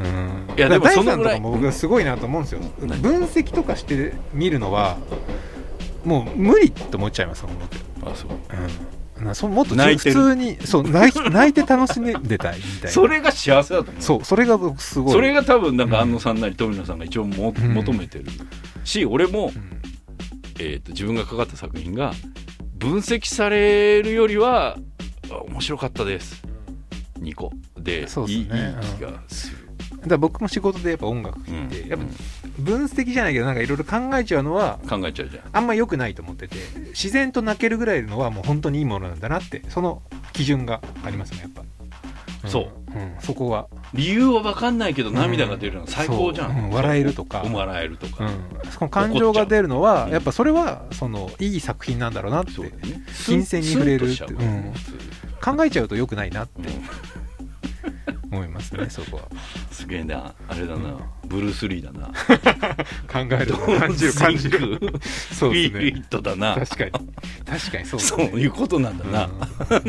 いやでもそのぐらい大さんとかも僕はすごいなと思うんですよ、うん、分析とかして見るのはもう無理って思っちゃいます僕。 あそう、 うん、なそもっと普通にそう泣い、泣いて楽しんでたいみたいなそれが幸せだと思う。 そうそれがすごい、 それが多分なんか安野さんなり富野さんが一応も、うん、求めてるし、俺も、うんえー、と自分がかかった作品が分析されるよりは面白かったですにこで、 そうですね、いい、いい気がする。 だから僕も仕事でやっぱ音楽聴いて、うん、やっぱ分析じゃないけどなんかいろいろ考えちゃうのは考えちゃうじゃんあんま良くないと思ってて、自然と泣けるぐらいのはもう本当にいいものなんだなって、その基準がありますねやっぱ、 うん、そう、 うん、そこは理由は分かんないけど涙が出るのは最高じゃん、 うんうん、笑えるとか笑えるとか、うん、 その感情が出るのはやっぱそれはそのいい作品なんだろうなって、ね、金銭に触れるって、うん、考えちゃうと良くないなって、うん、思いますねそこは。 すげえなあれだな、うん、ブルース・リーだな考える感じる感じるそうですね、スピリットだな。 確かに確かにそうですね、そういうことなんだな、うん、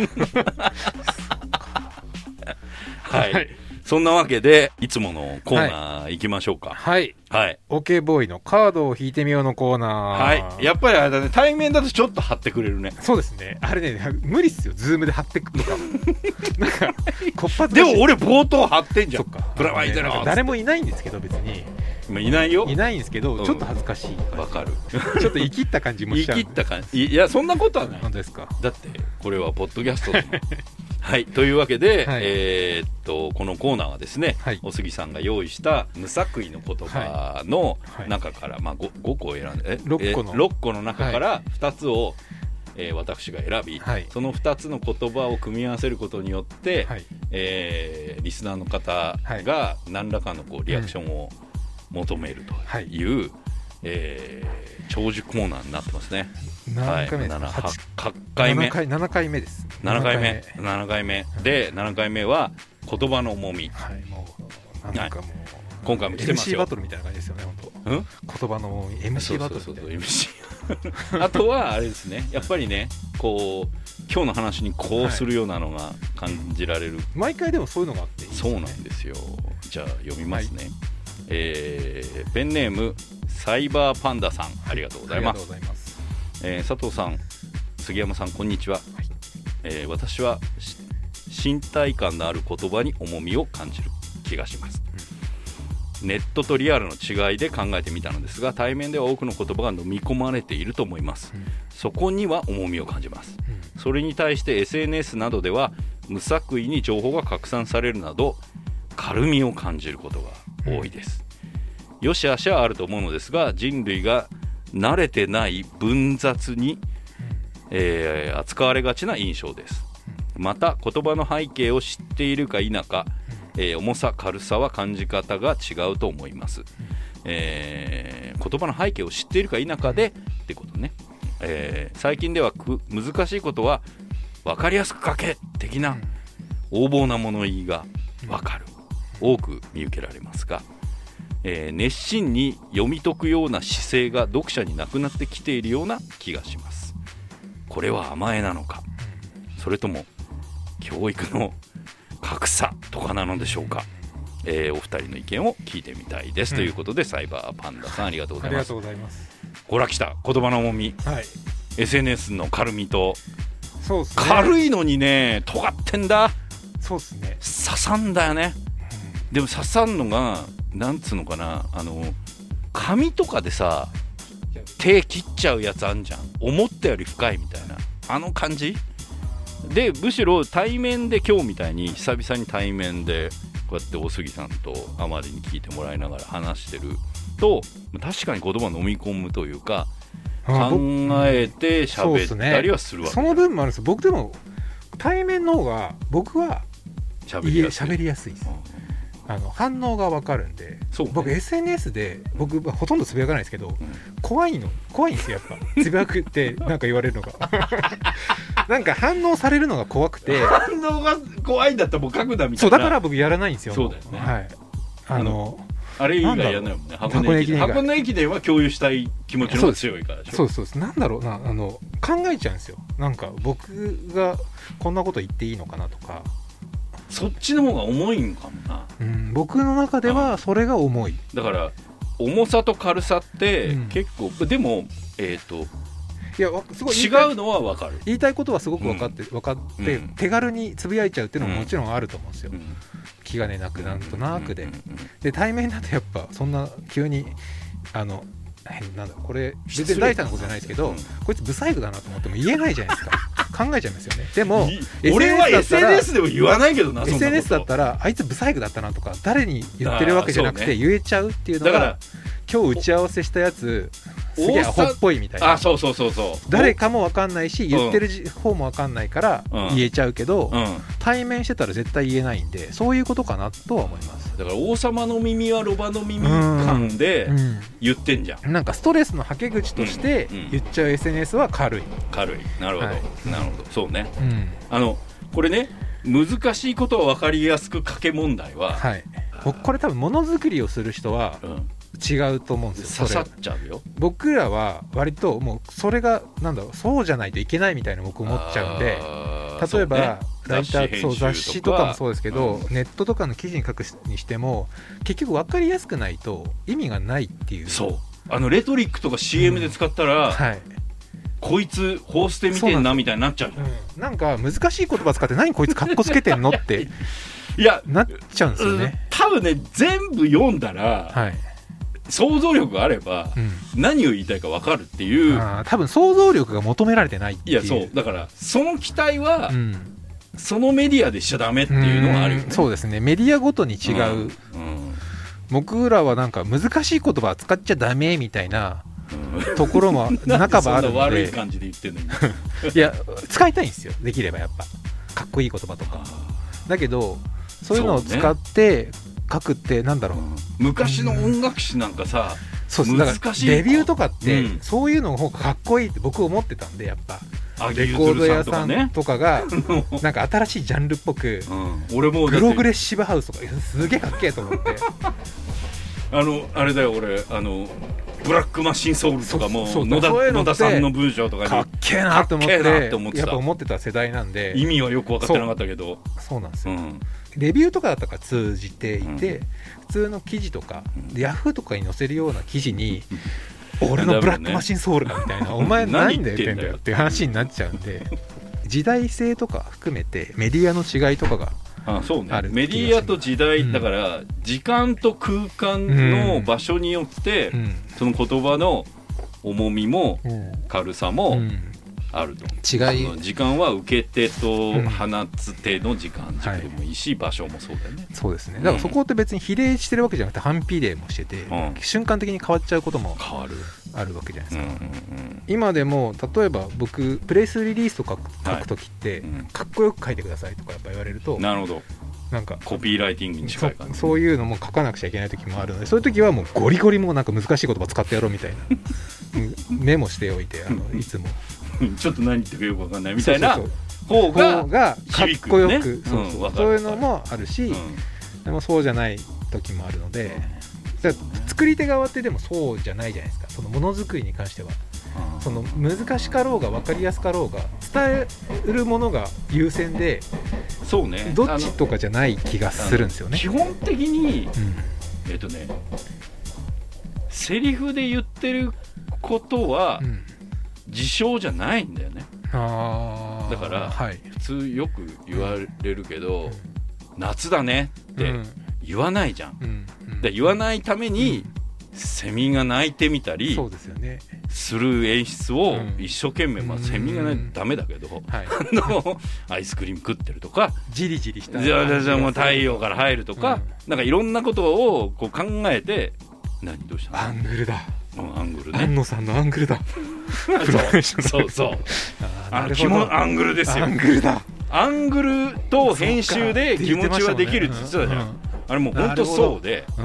はい、はい、そんなわけでいつものコーナー行きましょうか。 はい、 はい、 OK ボーイのカードを引いてみようのコーナー。 はい、やっぱりあれだね、対面だとちょっと貼ってくれるね。 そうですね、あれね無理っすよズームで貼ってくとかなんかこっぱずでも俺冒頭貼ってんじゃん。そっかプラマイゼロ、 ね、誰もいないんですけど別にいないよ、 いないんですけど、うん、ちょっと恥ずかしい。 わかるちょっと生きった感じもしちゃう。 生きった感じ、いやそんなことはない。 本当ですか。 だってこれはポッドキャストでもはいというわけで、はい、えー、っとこのコーナーはですね、はい、お杉さんが用意した無作為の言葉の中から、はい、まあ、5, 5個選んでえろっこのろっこの中からふたつを、えー、私が選び、はい、そのふたつの言葉を組み合わせることによって、はい、えー、リスナーの方が何らかのこうリアクションを求めるという、はい、えー、長寿コーナーになってますね。 何回目ですか、 はい、はちかいめななかいななかいめです。 ななかいめななかいめでななかいめは言葉の重み、 はい、もうなんかもう、はい、 今回も来てますよ。 エムシー バトルみたいな感じですよね本当、うん、言葉の重み エムシー バトルみたいな。そうそうそうそう エムシー あとはあれですね、やっぱりねこう今日の話にこうするようなのが感じられる、はい、 毎回でもそういうのがあっていいですね。 そうなんですよ。じゃあ読みますね、はい、えー、ペンネームサイバーパンダさん、ありがとうございます。えー、佐藤さん、杉山さん、こんにちは、はい、えー、私は身体感のある言葉に重みを感じる気がします、うん、ネットとリアルの違いで考えてみたのですが、対面では多くの言葉が飲み込まれていると思います、うん、そこには重みを感じます、うん、それに対して エスエヌエス などでは無作為に情報が拡散されるなど軽みを感じることが多いです、うん、よしあしはあると思うのですが、人類が慣れてない文雑に、うんえー、扱われがちな印象です。また言葉の背景を知っているか否か、えー、重さ軽さは感じ方が違うと思います、えー、言葉の背景を知っているか否かでってことね、えー、最近ではく難しいことは分かりやすく書け的な横暴な物言いが分かる多く見受けられますが、えー、熱心に読み解くような姿勢が読者になくなってきているような気がします。これは甘えなのか、それとも教育の格差とかなのでしょうか、えー、お二人の意見を聞いてみたいです、うん、ということでサイバーパンダさんありがとうございます。 ありがとうございます。 ほら来た言葉の重み、はい、エスエヌエス の軽みと、 そうっすね、 軽いのにね尖ってんだ。 そうっすね、 刺さんだよね、うん、でも刺さんのがなんつうのかな、あの紙とかでさ手切っちゃうやつあんじゃん、思ったより深いみたいなあの感じで、むしろ対面で今日みたいに久々に対面でこうやって大杉さんとあまりに聞いてもらいながら話してると確かに言葉を飲み込むというか考えて喋ったりはするわけ、 その分もあるんですよ。僕でも対面の方が僕は喋りやすい、喋りやすいです、うん、あの反応が分かるんで、ね、僕 エスエヌエス で僕ほとんどつぶやかないですけど、うん、怖いの怖いんですよやっぱつぶやくってなんか言われるのがなんか反応されるのが怖くて反応が怖いんだったらもう書くなみたいな。 そうだから僕やらないんですよ。 そうだよね、はい、 あのあれ以外やらないもんね。箱根駅伝箱根駅伝は共有したい気持ちの方が強いからでしょ。 そうそうそう、なんだろうな、あの考えちゃうんですよ。なんか僕がこんなこと言っていいのかなとか、 そっちの方が重いんかもな、 うん、僕の中ではそれが重い。 だから重さと軽さって結構、うん、でもえっといやすごい違うのは分かる。 言いたいことはすごく分かって、うん、分かって、うん、手軽につぶやいちゃうっていうのももちろんあると思うんですよ、うん、気兼ねなくなんとなくで、うんうんうんうん、で対面だとやっぱそんな急にあのなんだこれ全然大胆なことじゃないですけど、うん、こいつブサイクだなと思っても言えないじゃないですか考えちゃいますよね。でも俺は エスエヌエス でも言わないけどな。 エスエヌエス だったらあいつブサイクだったなとか誰に言ってるわけじゃなくて言えちゃうっていうのが、だから今日打ち合わせしたやつすげえアホっぽいみたいな。 あ、そうそうそうそう。 誰かも分かんないし言ってる方も分かんないから言えちゃうけど、うんうん、対面してたら絶対言えないんで、そういうことかなとは思います。 だから王様の耳はロバの耳感で言ってんじゃん、 うん、なんかストレスのはけ口として言っちゃう エスエヌエス は軽い、 軽い。なるほど、はい、なるほど、そうね、 うん、 あのこれね、難しいことを分かりやすく書け問題は、 はい、僕これ多分ものづくりをする人は、うん違うと思うんですよ。 刺さっちゃうよ。 僕らは割ともうそれがなんだろう、そうじゃないといけないみたいな僕思っちゃうんで、例えば、ね、ライターそう雑誌とかもそうですけど、うん、ネットとかの記事に書くにしても結局分かりやすくないと意味がないっていう。 そう、あのレトリックとか シーエム で使ったら、うん、はい、こいつホースで見てんなみたいになっちゃうじゃん、うん、 なんか難しい言葉使って何こいつカッコつけてんのっていやなっちゃうんですよね。 多分ね全部読んだら、はい、想像力があれば、うん、何を言いたいか分かるっていう。 あ、多分想像力が求められてないっていう。 いやそうだからその期待は、うん、そのメディアでしちゃダメっていうのがあるよね。 うそうですね、メディアごとに違う、うんうん、僕らはなんか難しい言葉は使っちゃダメみたいなところも半ばあるんで悪い感じで言ってんのにいや使いたいんですよ、できればやっぱかっこいい言葉とかだけど、そういうのを使って書くってなんだろう、うん、 昔の音楽誌なんかさ、 そうです、だからレビューとかって、うん、そういうの方がかっこいいって僕思ってたんで、やっぱレコード屋さんとかがなんか新しいジャンルっぽく、うん、俺もプログレッシブハウスとかすげえかっけえと思ってあのあれだよ、俺あのブラックマシンソウルとかも野田、野田さんの文章とかにかっけえなと思ってやっぱ思ってた世代なんで、 意味はよく分かってなかったけど、 そう、そうなんですよ、うん、レビューとかだったから通じていて、うん、普通の記事とか、うん、ヤフーとかに載せるような記事に、うん、俺のブラックマシンソウルだみたいな、お前何で言ってんだよっていう話になっちゃうんで時代性とか含めてメディアの違いとかがあそうね、メディアと時代、うん、だから時間と空間の場所によって、うん、その言葉の重みも軽さもあると、うん、違い時間は受け手と放つ手の時間軸でもいいし、うんはい、場所もそうだよね。 そうですね。だからそこって別に比例してるわけじゃなくて反比例もしてて、うん、瞬間的に変わっちゃうこともあるわけじゃないですか、うんうんうん、今でも例えば僕プレスリリースとか書くときって、はいうん、かっこよく書いてくださいとかやっぱ言われると、 なるほど、なんかコピーライティングに近い感じ、 そ, そういうのも書かなくちゃいけない時もあるので、そういう時はもうゴリゴリもなんか難しい言葉使ってやろうみたいなメモしておいて、あのいつもちょっと何言ってるかよく分かんないみたいな方がかっこよく、そうそう、うん、そういうのもあるし、うん、でもそうじゃない時もあるので、だ作り手側ってでもそうじゃないじゃないですか。そのものづくりに関してはその難しかろうが分かりやすかろうが伝えるものが優先で、 そうね、 どっちとかじゃない気がするんですよね。 基本的に、うん、えっとねセリフで言ってることは、うん、自称じゃないんだよね。あだから、はい、普通よく言われるけど、うん、夏だねって言わないじゃん、うんうん、で言わないために、うんセミが鳴いてみたりする演出を一生懸命、まあ、セミがないとダメだけど、うんはい、あのアイスクリーム食ってるとかジリジリしたじゃあじゃあもう太陽から入るとか、うん、なんかいろんなことをこう考えて、何どうしたの？ アングルだ、 うん、アングルね、 安野さんのアングルだそうそうあの気もアングルですよ。 アングルだ、 アングルと編集で気持ちはできるって言ってたじゃん、うん、あれもう本当そうで、うん、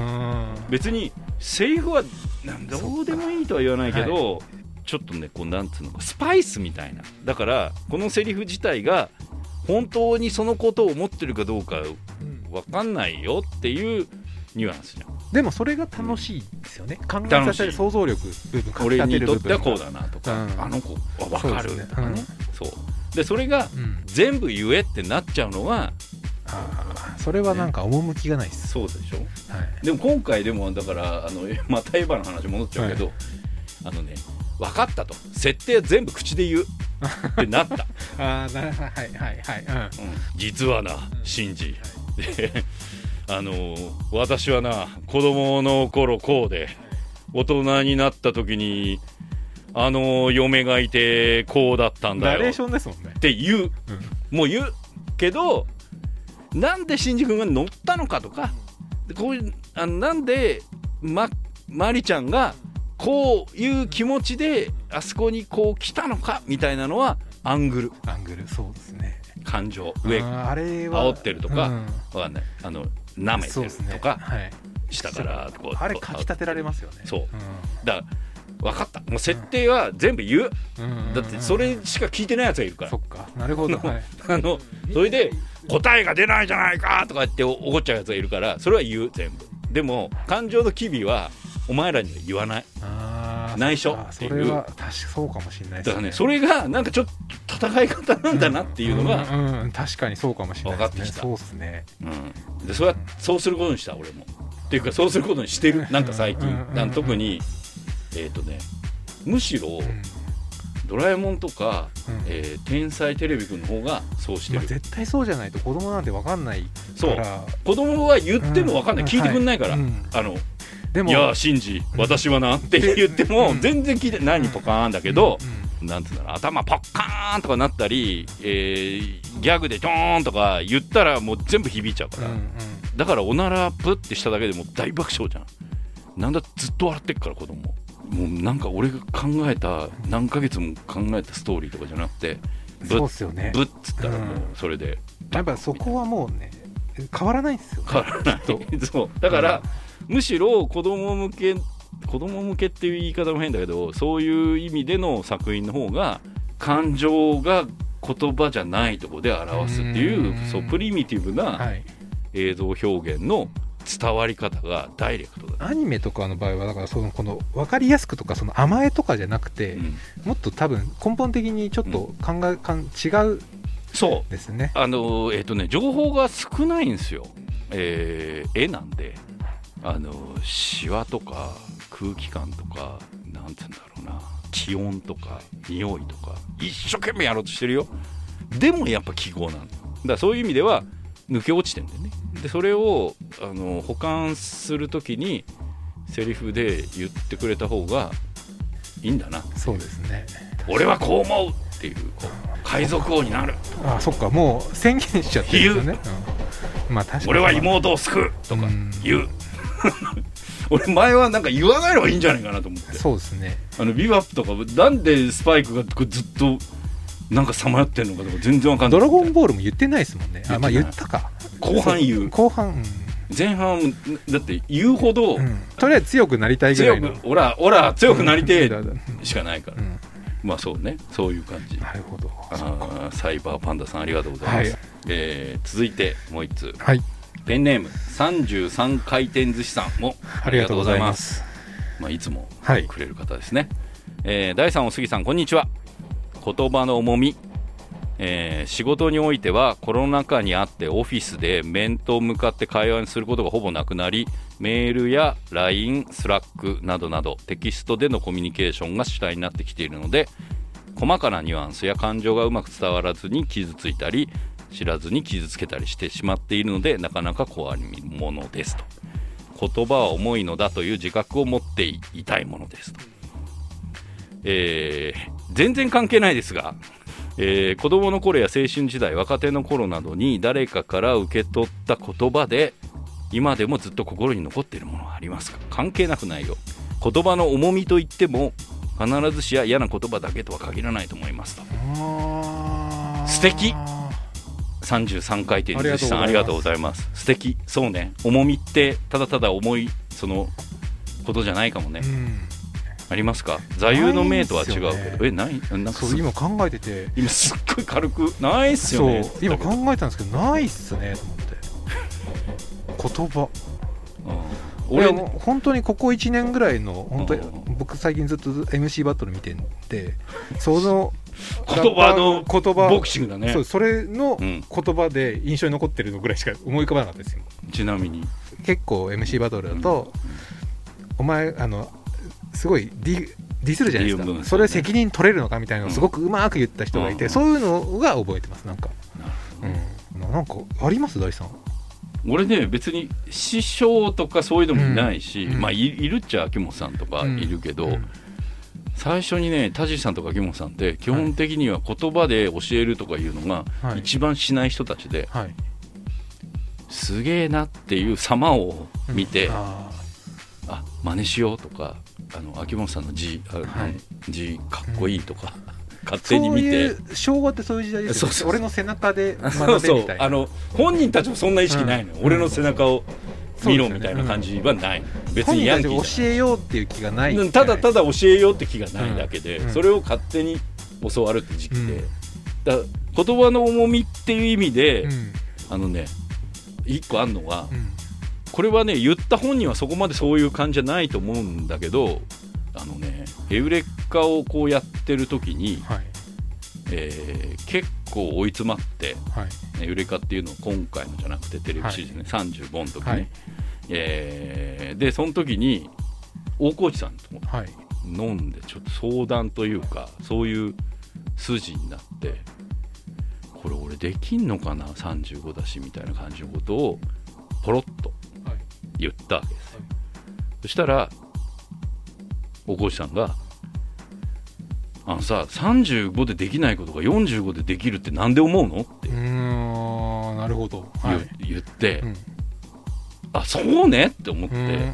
別にセリフはどうでもいいとは言わないけど、はい、ちょっとねこうなんつうのかスパイスみたいな、だからこのセリフ自体が本当にそのことを思ってるかどうか分かんないよっていうニュアンスじゃん。 でもそれが楽しいですよね、うん、考えさせる想像力部分、 俺にとってはこうだなとか、うん、あの子は分かるとかね、そうでそれが全部言えってなっちゃうのは、 あそれはなんか趣がないです、 ね、そうでしょ、はい、でも今回でもだからあのまたエヴァの話戻っちゃうけど、はい、あのね分かったと、設定は全部口で言うってなったあなはいはいはい、うんうん、 実はなシンジ、であの私はな子供の頃こうで大人になった時にあの嫁がいてこうだったんだよナレーションですもんねって言う、うん、もう言うけどなんでシンジ君が乗ったのかとか、こういうあのなんでまマリちゃんがこういう気持ちであそこにこう来たのかみたいなのはアングルアングルそうですね、 感情上あれは煽ってるとか、うん、わかんないあの舐めてるとか、ねはい、下からこうあれかき立てられますよね。 そう、うん、だから分かった、もう設定は全部言う、うん、だってそれしか聞いてないやつがいるから、 そっかなるほど、はい、 あのそれで答えが出ないじゃないかとか言って怒っちゃうやつがいるから、それは言う全部。でも感情の機微はお前らには言わない、あ内緒っていう。それは確かそうかもしれないですね。 だからねそれがなんかちょっと戦い方なんだなっていうのが、 うんうんうん、確かにそうかもしれないですね。分かってきた。そうですね、 うん、でそれはそうすることにした俺もっていうかそうすることにしてるなんか最近、うんうん、特にえっ、ー、とねむしろ、うんドラえもんとか、うんえー、天才テレビくんの方がそうしてる、まあ、 絶対そうじゃないと子供なんて分かんないから。 そう子供は言っても分かんない、うん、聞いてくんないから、はいうん、あのでもいやシンジ私はなって言っても、うん、全然聞いて何ポカーンだけど、うんうん、なんていうんだろう頭ポッカーンとかなったり、えー、ギャグでドーンとか言ったらもう全部響いちゃうから、うんうん、だからおならプってしただけでもう大爆笑じゃん。なんだずっと笑ってっから子供もうなんか俺が考えた何ヶ月も考えたストーリーとかじゃなくてそうっすよね、 ぶっつったらもうそれで、 うん、やっぱそこはもうね変わらないんですよ、ね、 変わらないそうだから、うん、むしろ子供向け子供向けっていう言い方も変だけどそういう意味での作品の方が感情が言葉じゃないところで表すっていう、そうプリミティブな映像表現の伝わり方がダイレクトだ、ね、 アニメとかの場合はだからそのこの分かりやすくとかその甘えとかじゃなくて、うん、もっと多分根本的にちょっと考え、うん、かん違うそうですね。 あのえっ、ー、とね情報が少ないんですよ、えー、絵なんであのシワとか空気感とかなんて言うんだろうな気温とか匂いとか一生懸命やろうとしてるよ。 でもやっぱ記号なのだからそういう意味では抜け落ちてるんだよね。でそれをあの補完するときにセリフで言ってくれた方がいいんだな。 そうですね。 俺はこう思うっていうこう海賊王になる。 ああそっかもう宣言しちゃってるんですよね、うん、まあ確かに俺は妹を救うとか言う俺前はなんか言わないのがいいんじゃないかなと思って。 そうですね。 あのビバップとかなんでスパイクがずっとなんかさまよってるのかとか全然わかんない。 ドラゴンボールも言ってないですもんね。あまあ言ったか。 後半言う。 後半、うん、 前半だって言うほど、うん、 とりあえず強くなりたいぐらいの強くオラオラ強くなりてしかないから、うん、まあそうねそういう感じ。 なるほど。 あサイバーパンダさんありがとうございます、はいえー、続いてもう一通、 はい、 ペンネームさんじゅうさん回転寿司さんもありがとうございます。まあ、いつもくれる方ですね、はいえー、だいさんおすぎさんこんにちは。言葉の重み、えー、仕事においてはコロナ禍にあってオフィスで面と向かって会話にすることがほぼなくなりメールや ライン、スラックなどなどテキストでのコミュニケーションが主体になってきているので細かなニュアンスや感情がうまく伝わらずに傷ついたり知らずに傷つけたりしてしまっているのでなかなか怖いものですと。言葉は重いのだという自覚を持っていたいものですと、えー、全然関係ないですが、えー、子供の頃や青春時代若手の頃などに誰かから受け取った言葉で今でもずっと心に残っているものはありますか。関係なくないよ。言葉の重みといっても必ずしや嫌な言葉だけとは限らないと思いますと。素敵。さんじゅうさん回転寿司さんありがとうございます。素敵。そうね重みってただただ重いそのことじゃないかもね、うん、ありますか。座右の銘とは違うけどね、えないなんかそう今考えてて今すっごい軽くないっすよね。 そう今考えたんですけどないっすねと思って言葉俺も本当にここいちねんぐらいの本当に僕最近ずっと エムシー バトル見ててその言葉の言葉ボクシングだね。 そうそれの言葉で印象に残ってるのぐらいしか思い浮かばなかったですよ。 ちなみに結構 エムシー バトルだと、うん、お前あのすごいディ、ディスるじゃないですか、ね、それ責任取れるのかみたいなのをすごくうまく言った人がいて、うん、そういうのが覚えてます。なんか、うん、なんかあります大さん。 俺ね別に師匠とかそういうのもいないし、うんまあ、い, いるっちゃ秋元さんとかいるけど、うんうん、最初にね田尻さんとか秋元さんって基本的には言葉で教えるとかいうのが一番しない人たちで、はいはい、すげえなっていう様を見て、うん、ああ真似しようとかあの秋元さんの字、はい、字かっこいいとか、うん勝手に見てそういう昭和ってそういう時代ですよね。そうそう俺の背中で学べみたいな。 そうそうあの本人たちもそんな意識ないのよ、うん、俺の背中を見ろみたいな感じはない、うん、別にヤンキーじゃない。 教えようっていう気がない。 ただただ教えようって気がないだけで、うん、それを勝手に教わるって時期で、うん、だ言葉の重みっていう意味で、うん、あのね一個あんのは、うん、これはね言った本人はそこまでそういう感じじゃないと思うんだけどあのねエウレカをこうやってる時に、はいえー、結構追い詰まって、はい、エウレカっていうのを今回のじゃなくてテレビシリーズね、はい、さんじゅうごの時ね、はいえー、でその時に大河内さんと飲んでちょっと相談というかそういう筋になってこれ俺できんのかなさんじゅうごだしみたいな感じのことをポロッと言ったわけですよ、はい、そしたら大河内さんがあのささんじゅうごでできないことがよんじゅうごでできるってなんで思うのってうーんなるほど、 はい、言って、うん、あそうねって思って、うんうんうん、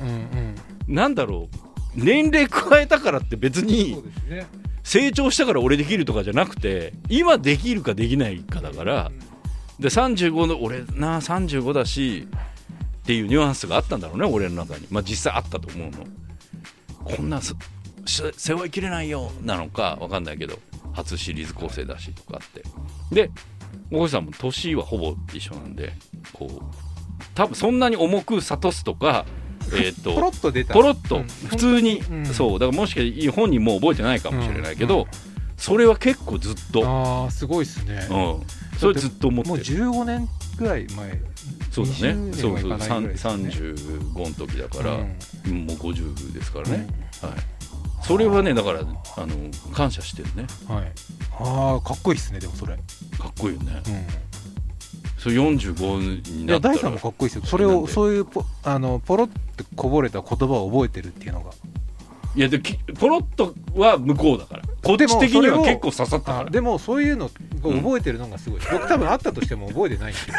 なんだろう年齢加えたからって別にそうですね成長したから俺できるとかじゃなくて今できるかできないかだから、うん、でさんじゅうごの俺なさんじゅうごだしっていうニュアンスがあったんだろうね俺の中に。まあ実際あったと思うの。こんな背負いきれないよなのか分かんないけど初シリーズ構成だしとかあってで大河内さんも年はほぼ一緒なんでこう多分そんなに重く諭すとか、えー、とポロッと出たポロッと普通に、うん、そうだからもしかして本人も覚えてないかもしれないけど、うんうん、それは結構ずっとあーすごいですね、 うん、それずっと思ってる。 もうじゅうごねんぐらい前そうだねそうそうさんじゅうごの時だから、うん、もうごじゅうですからね、うん、はいそれはねだからあの感謝してるね。 はい。ああかっこいいですね。でもそれかっこいいよね。 うん。 それよんじゅうごになったら。 いや大さんもかっこいいですよ。それをそういうポあのポロってこぼれた言葉を覚えてるっていうのが。 いやでポロッとは向こうだから。こっち的には結構刺さったから。 でもそういうのを覚えてるのがすごい。うん、僕多分あったとしても覚えてないんですよ。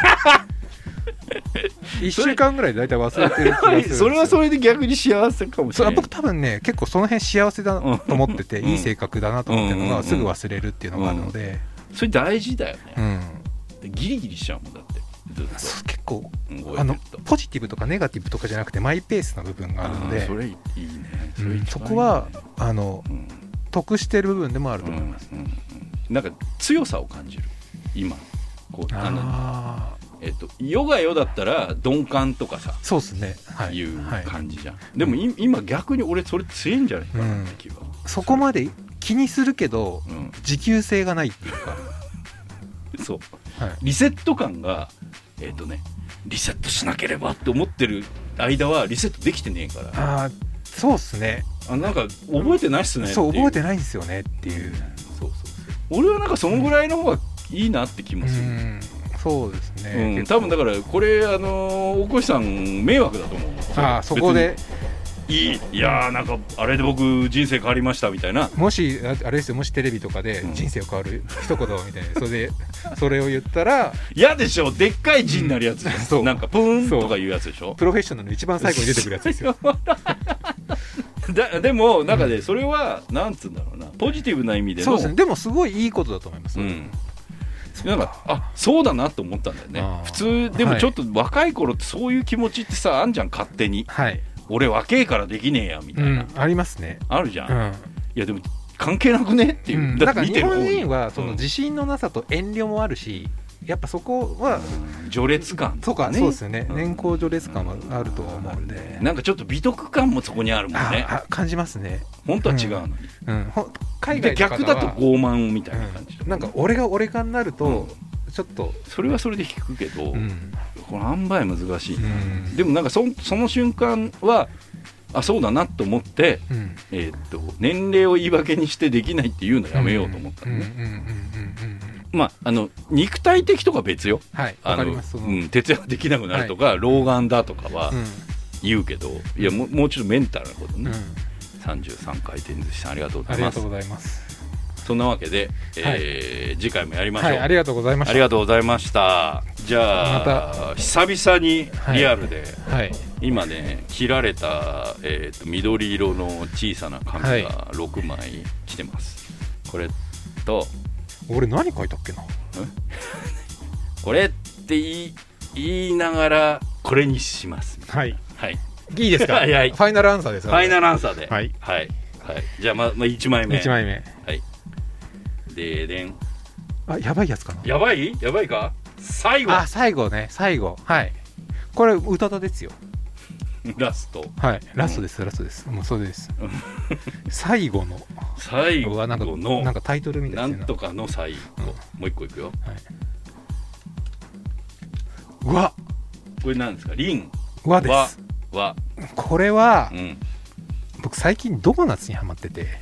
いっしゅうかんぐらいで大体忘れてる気がするんですよ。 それはそれで逆に幸せかもしれない。 僕多分ね結構その辺幸せだと思ってて、うん、いい性格だなと思ってるのがすぐ忘れるっていうのがあるので、うんうん、 それ大事だよね、 うん、 ギリギリしちゃうもんだってずっと結構、うん、あのポジティブとかネガティブとかじゃなくてマイペースな部分があるので、 それいいね、それいいね、 うん、そこはあの、うん、得してる部分でもあると思います、 うんうんうん、なんか強さを感じる今こうあえっと、ヨガヨだったら鈍感とかさそうですね、はい、 いう感じじゃん、はい、でも、うん、今逆に俺それ強いんじゃないかなって気は、 うん、そこまで気にするけど、うん、持久性がないっていうかそう、はい、リセット感がえっとねリセットしなければって思ってる間はリセットできてねえから。 あそうっすね、 あなんか覚えてないっすねっていう、 そう覚えてないんですよねっていう、うん、そうそうそう俺はなんかそのぐらいの方がいいなって気もする、うんそうですね、 うん、多分だからこれあの大越さん迷惑だと思う。 ああそこでいいいやーなんかあれで僕人生変わりましたみたいな、 もしあれですよ、もしテレビとかで人生変わる一言みたいな、それでそれを言ったら嫌でしょ、でっかい字になるやつ、うん、なんかプーンとかいうやつでしょ、 プロフェッショナルの一番最後に出てくるやつですよだでもなんかね、それはなんつうんだろうな、ポジティブな意味でのそうですね、でもすごいいいことだと思います、うん、 なんかあそうだなと思ったんだよね。普通でもちょっと若い頃ってそういう気持ちってさあんじゃん勝手に、はい、俺若えからできねえやみたいな、うん、 ありますね、 あるじゃん、うん、いやでも関係なくねっていう、うん、 だから日本人はその自信のなさと遠慮もあるし、やっぱそこは、 うん、序列感とかね、 そうですよね、年功序列感はあると思うんで、 なんかちょっと美徳感もそこにあるもんね。 ああ感じますね。 本当は違うのに、 うんうん、海外とか逆だと傲慢みたいな感じ、 うん、なんか俺が俺がになると、うん、ちょっとそれはそれで引くけど、うん、この塩梅難しいな、うん、でもなんか そ, その瞬間はあそうだなと思って、うん、えー、っと年齢を言い訳にしてできないっていうのやめようと思ったのね。まああの肉体的とか別よ、 はい、わかります。 うん、徹夜できなくなるとか、はい、老眼だとかは言うけど、うん、いや も, もうちょっとメンタルなことね、うん、さんじゅうさんかい転寿司さんありがとうございます。 ありがとうございます。 そんなわけで、えーはい、次回もやりましょう、はい、 ありがとうございました。 ありがとうございました。じゃあ、また久々にリアルで、はいはい、今ね切られた、えー、と緑色の小さな紙がろくまい来てます、はい、これと俺何書いたっけなこれって言 い, 言いながらこれにします。はい、はい、 いいですかはい、はい、ファイナルアンサーですか、 ファイナルアンサーで、 はいはいはい、じゃあ、ままあ、いちまいめいちまいめ、 はい、ででん、 あやばいやつかな、 やばいやばいか、最後、 あ最後ね、最後、はい、これ宇多田ですよラスト、 はい、ラストです、うん、ラストです、もうそれです最後の最後のなんかなんかタイトルみたいな、 なんとかの最後、うん、もう一個いくよ、はい、 うわこれなんですか、リンわですわ、 これは、うん、僕最近ドーナツにハマってて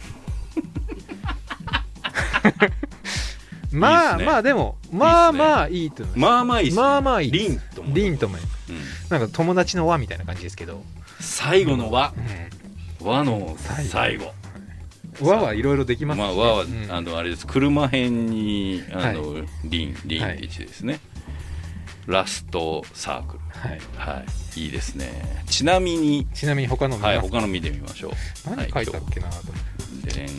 まあいいね、まあでもまあまあいいと思います。 まあまあいいですね。 まあまあいいです。 リンともリンとも、うん、なんか友達の輪みたいな感じですけど、 最後の輪、うん、輪の最後、 輪はいろいろできますね。 まあ輪は、うん、あのあれです、車編にあの、はい、リンリンって字ですね、はい、ラストサークル、はい、はい、いいですね。ちなみにちなみに他の見ますか、 はい、他の見てみましょう。 何書いたっけなと、はい、で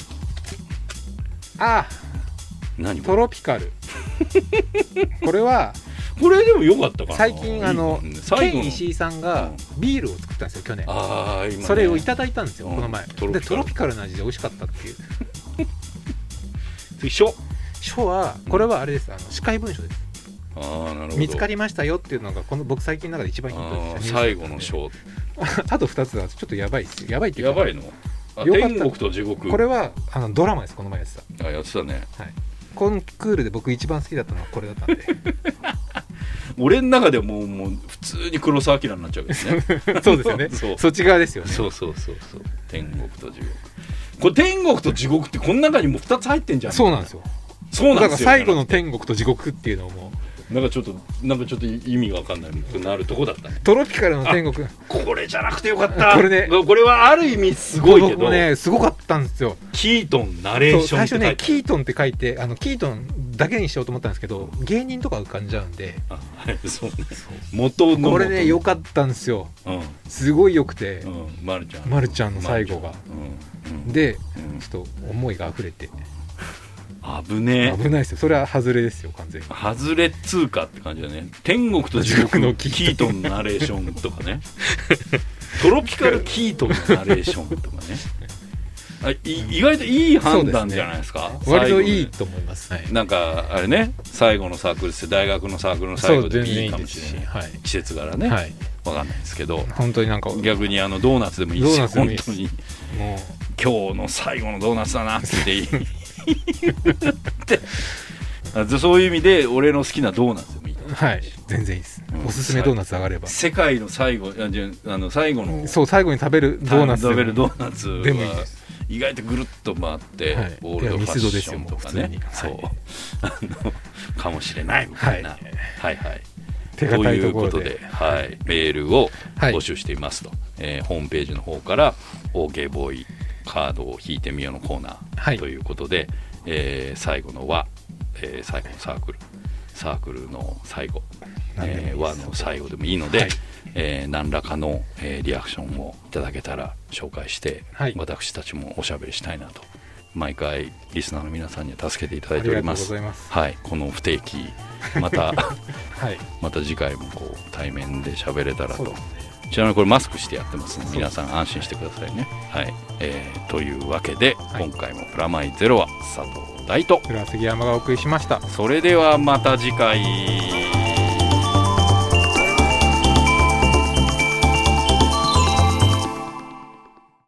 あ何トロピカルこれはこれでも良かったかな。 最近あのケン石井さんがビールを作ったんですよ去年。 あ今、ね、 それをいただいたんですよ、うん、この前トでトロピカルな味で美味しかったっていう次書書はこれはあれです、あの司会文書です。 あなるほど、 見つかりましたよっていうのがこの僕最近の中で一番ヒットでした。 最後の書あとふたつはちょっとやばいですよ。やばいっていうかやばいの天国と地獄。 これはあのドラマです。この前やってた。 あやってたね、 はい、コンクールで僕一番好きだったのはこれだったんで俺の中でもう、もう普通に黒澤明になっちゃうけどねそうですよねそっち側ですよね。 そうそうそうそう、天国と地獄これ天国と地獄ってこの中にもふたつ入ってんじゃん。 そうなんですよ。 そうなんですよ。だから最後の天国と地獄っていうのもなんかちょっとなんかちょっと意味が分かんないくなるとこだったね。 トロピカルの天国。 これじゃなくてよかった。 これね、 これはある意味すごいけどね、すごかったんですよ。 キートンナレーションって書いてある。 最初ねキートンって書いて、あのキートンだけにしようと思ったんですけど、芸人とか浮かんじゃうんで、 あ、はい、そうね、元の元これね良かったんですよ、うん、すごい良くて、うん、 まるちゃんまるちゃんの最後が、うん、で、うん、ちょっと思いが溢れて危ねえ、 危ないですよ。それは外れですよ、完全に外れ通過って感じだね。天国と地獄のキートンナレーションとかねトロピカルキートンナレーションとかねあ、意外といい判断じゃないですか。 す、ね、割といいと思います、はい、 なんかあれね、最後のサークルって大学のサークルの最後でいいかもしれない、はい、季節柄ね、はい、分かんないですけど、本当になんか逆にあのドーナツでもいいですよ。本当にもう今日の最後のドーナツだなっていいそういう意味で俺の好きなドーナツでもいい。 はい、全然いいです、うん、おすすめドーナツ上がれば世界の最後、あの最後のそう最後に食べるドーナツ食べるドーナツは意外とぐるっと回って、はい、オールドファッションとかね、そう、はい、あのかもしれないみたいな、はい、はいはい手堅いところでということで、はい、メールを募集していますと、はい、えー、ホームページの方から OK ボーイカードを引いてみようのコーナー、はい、ということで、えー、最後の和、えー、最後のサークルサークルの最後、えー、和の最後でもいいので、はい、えー、何らかの、えー、リアクションをいただけたら紹介して、はい、私たちもおしゃべりしたいなと毎回リスナーの皆さんには助けていただいております。 ありがとうございます。 はい、この不定期また、はい、また次回もこう対面で喋れたらと。ちなみにこれマスクしてやってますので皆さん安心してくださいね。はい、えー、というわけで、はい、今回もプラマイゼロは佐藤大と浦杉山がお送りしました。 それではまた次回。